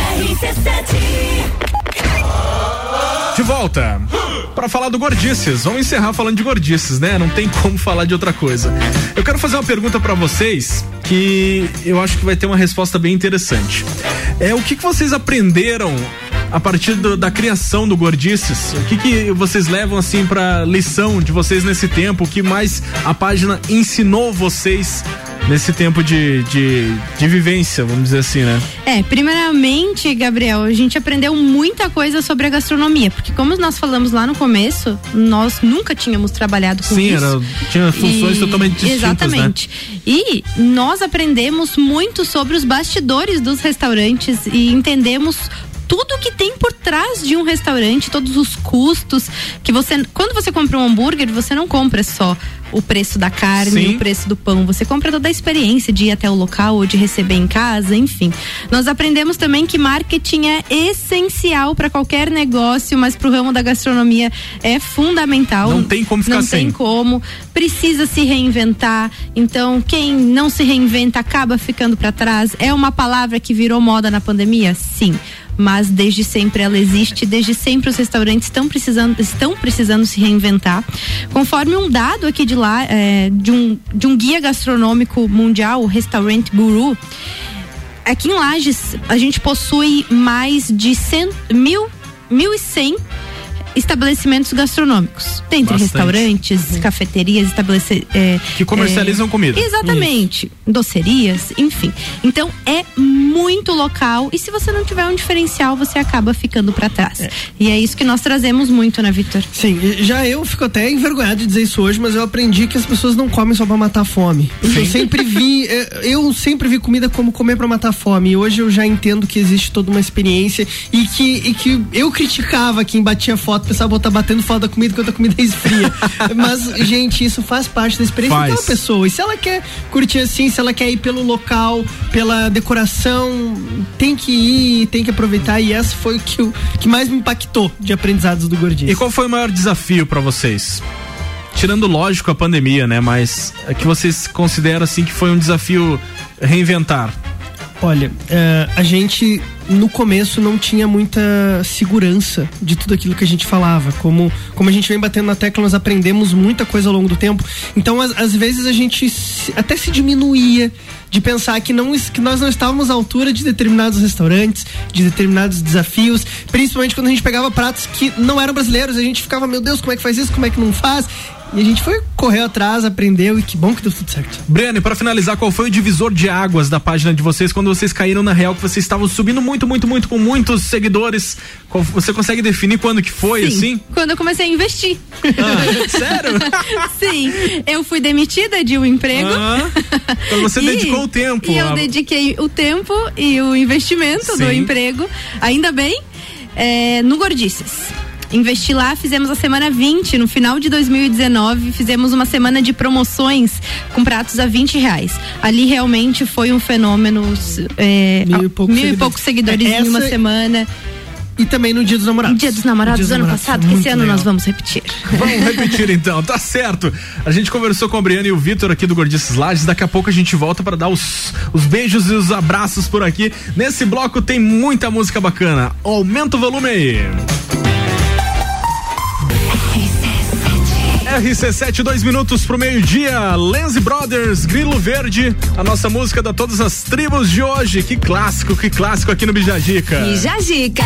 De volta para falar do Gordices. Vamos encerrar falando de Gordices, né? Não tem como falar de outra coisa. Eu quero fazer uma pergunta para vocês que eu acho que vai ter uma resposta bem interessante. O que vocês aprenderam a partir da criação do Gordices? O que vocês levam assim pra lição de vocês nesse tempo? O que mais a página ensinou vocês nesse tempo de vivência, vamos dizer assim, né? Primeiramente, Gabriel, a gente aprendeu muita coisa sobre a gastronomia, porque como nós falamos lá no começo, nós nunca tínhamos trabalhado com isso. Tinha funções totalmente distintas, exatamente, né? E nós aprendemos muito sobre os bastidores dos restaurantes e entendemos tudo que tem por trás de um restaurante, todos os custos que quando você compra um hambúrguer, você não compra só o preço da carne, o preço do pão, você compra toda a experiência de ir até o local ou de receber em casa, enfim. Nós aprendemos também que marketing é essencial para qualquer negócio, mas pro ramo da gastronomia é fundamental. Não tem como ficar sem. Não tem como, precisa se reinventar, então quem não se reinventa acaba ficando para trás. É uma palavra que virou moda na pandemia? Sim. Mas desde sempre ela existe, desde sempre os restaurantes estão precisando se reinventar. Conforme um dado aqui de lá, de um guia gastronômico mundial, o Restaurant Guru, aqui em Lages a gente possui mais de 1.100 estabelecimentos gastronômicos, dentre restaurantes, cafeterias, que comercializam comida. Exatamente. Isso. Docerias, enfim. Então é muito local e se você não tiver um diferencial, você acaba ficando para trás. E é isso que nós trazemos muito, né, Vitor? Sim, já eu fico até envergonhado de dizer isso hoje, mas eu aprendi que as pessoas não comem só para matar a fome. Eu sempre vi comida como comer para matar a fome, e hoje eu já entendo que existe toda uma experiência e que eu criticava quem batia foto, pensava, tá batendo foto da comida enquanto a comida esfria. Mas, gente, isso faz parte da experiência daquela pessoa. E se ela quer curtir assim, se ela quer ir pelo local, pela decoração, tem que ir, tem que aproveitar. E essa foi o que mais me impactou de aprendizados do Gordices. E qual foi o maior desafio para vocês? Tirando, lógico, a pandemia, né? Mas que vocês consideram assim que foi um desafio reinventar? Olha, a gente no começo não tinha muita segurança de tudo aquilo que a gente falava. Como a gente vem batendo na tecla, nós aprendemos muita coisa ao longo do tempo. Então, às vezes a gente até se diminuía de pensar que nós não estávamos à altura de determinados restaurantes, de determinados desafios, principalmente quando a gente pegava pratos que não eram brasileiros, a gente ficava, meu Deus, como é que faz isso, como é que não faz? E a gente foi correr atrás, aprendeu, e que bom que deu tudo certo. Briane, para finalizar, qual foi o divisor de águas da página de vocês quando vocês caíram na real, que vocês estavam subindo muito, com muitos seguidores? Você consegue definir quando que foi? Sim, assim? Quando eu comecei a investir. Sério? Sim, eu fui demitida de um emprego. Então você dedicou o tempo. E eu dediquei o tempo e o investimento do emprego, ainda bem, no Gordices. Investi lá, fizemos a semana 20, no final de 2019, fizemos uma semana de promoções com pratos a R$20. Ali realmente foi um fenômeno, 1.000 e poucos seguidores em uma semana. E também no Dia dos Namorados. Dia dos Namorados do ano passado, que esse ano nós vamos repetir. Vamos repetir então, tá certo. A gente conversou com a Briane e o Vitor aqui do Gordices Lages. Daqui a pouco a gente volta para dar os beijos e os abraços por aqui. Nesse bloco tem muita música bacana. Aumenta o volume aí. RC7, 2 minutos pro meio-dia. Lenzi Brothers, Grilo Verde, a nossa música da Todas as Tribos de hoje. Que clássico aqui no Bijagica. Bijagica.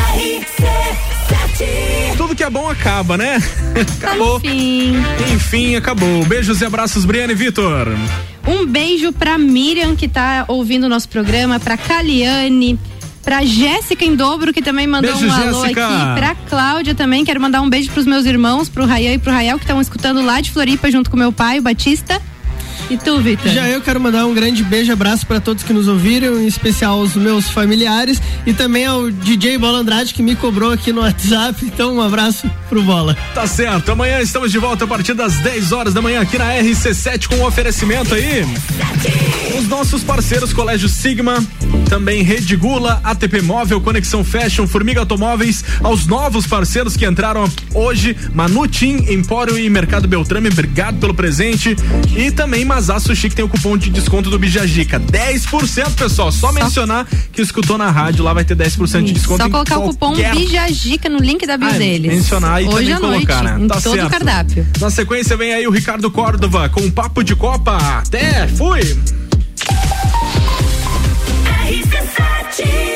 Tudo que é bom acaba, né? Acabou. Enfim, acabou. Beijos e abraços, Briane e Vitor. Um beijo pra Miriam, que tá ouvindo o nosso programa, pra Caliane, pra Jéssica em dobro, que também mandou beijo, um alô Jéssica. aqui, pra Cláudia também, quero mandar um beijo pros meus irmãos, pro Rayan e pro Rael, que estão escutando lá de Floripa junto com meu pai, o Batista. E tu, Vitor? Já eu quero mandar um grande beijo, abraço para todos que nos ouviram, em especial aos meus familiares e também ao DJ Bola Andrade, que me cobrou aqui no WhatsApp. Então, um abraço pro Bola. Tá certo, amanhã estamos de volta a partir das 10 horas da manhã aqui na RC7 com um oferecimento aí. Os nossos parceiros Colégio Sigma, também Rede Gula, ATP Móvel, Conexão Fashion, Formiga Automóveis, aos novos parceiros que entraram hoje, Manutim, Empório e Mercado Beltrame, obrigado pelo presente. E também Mazá Sushi, que tem o cupom de desconto do Bijagica, 10%, pessoal, só mencionar que escutou na rádio, lá vai ter 10% de desconto. Só colocar o cupom Bijagica no link da bio deles. Mencionar e hoje também à colocar, noite, né? Tá todo certo. o cardápio. Na sequência vem aí o Ricardo Córdova com um papo de Copa. Até, fui! RC7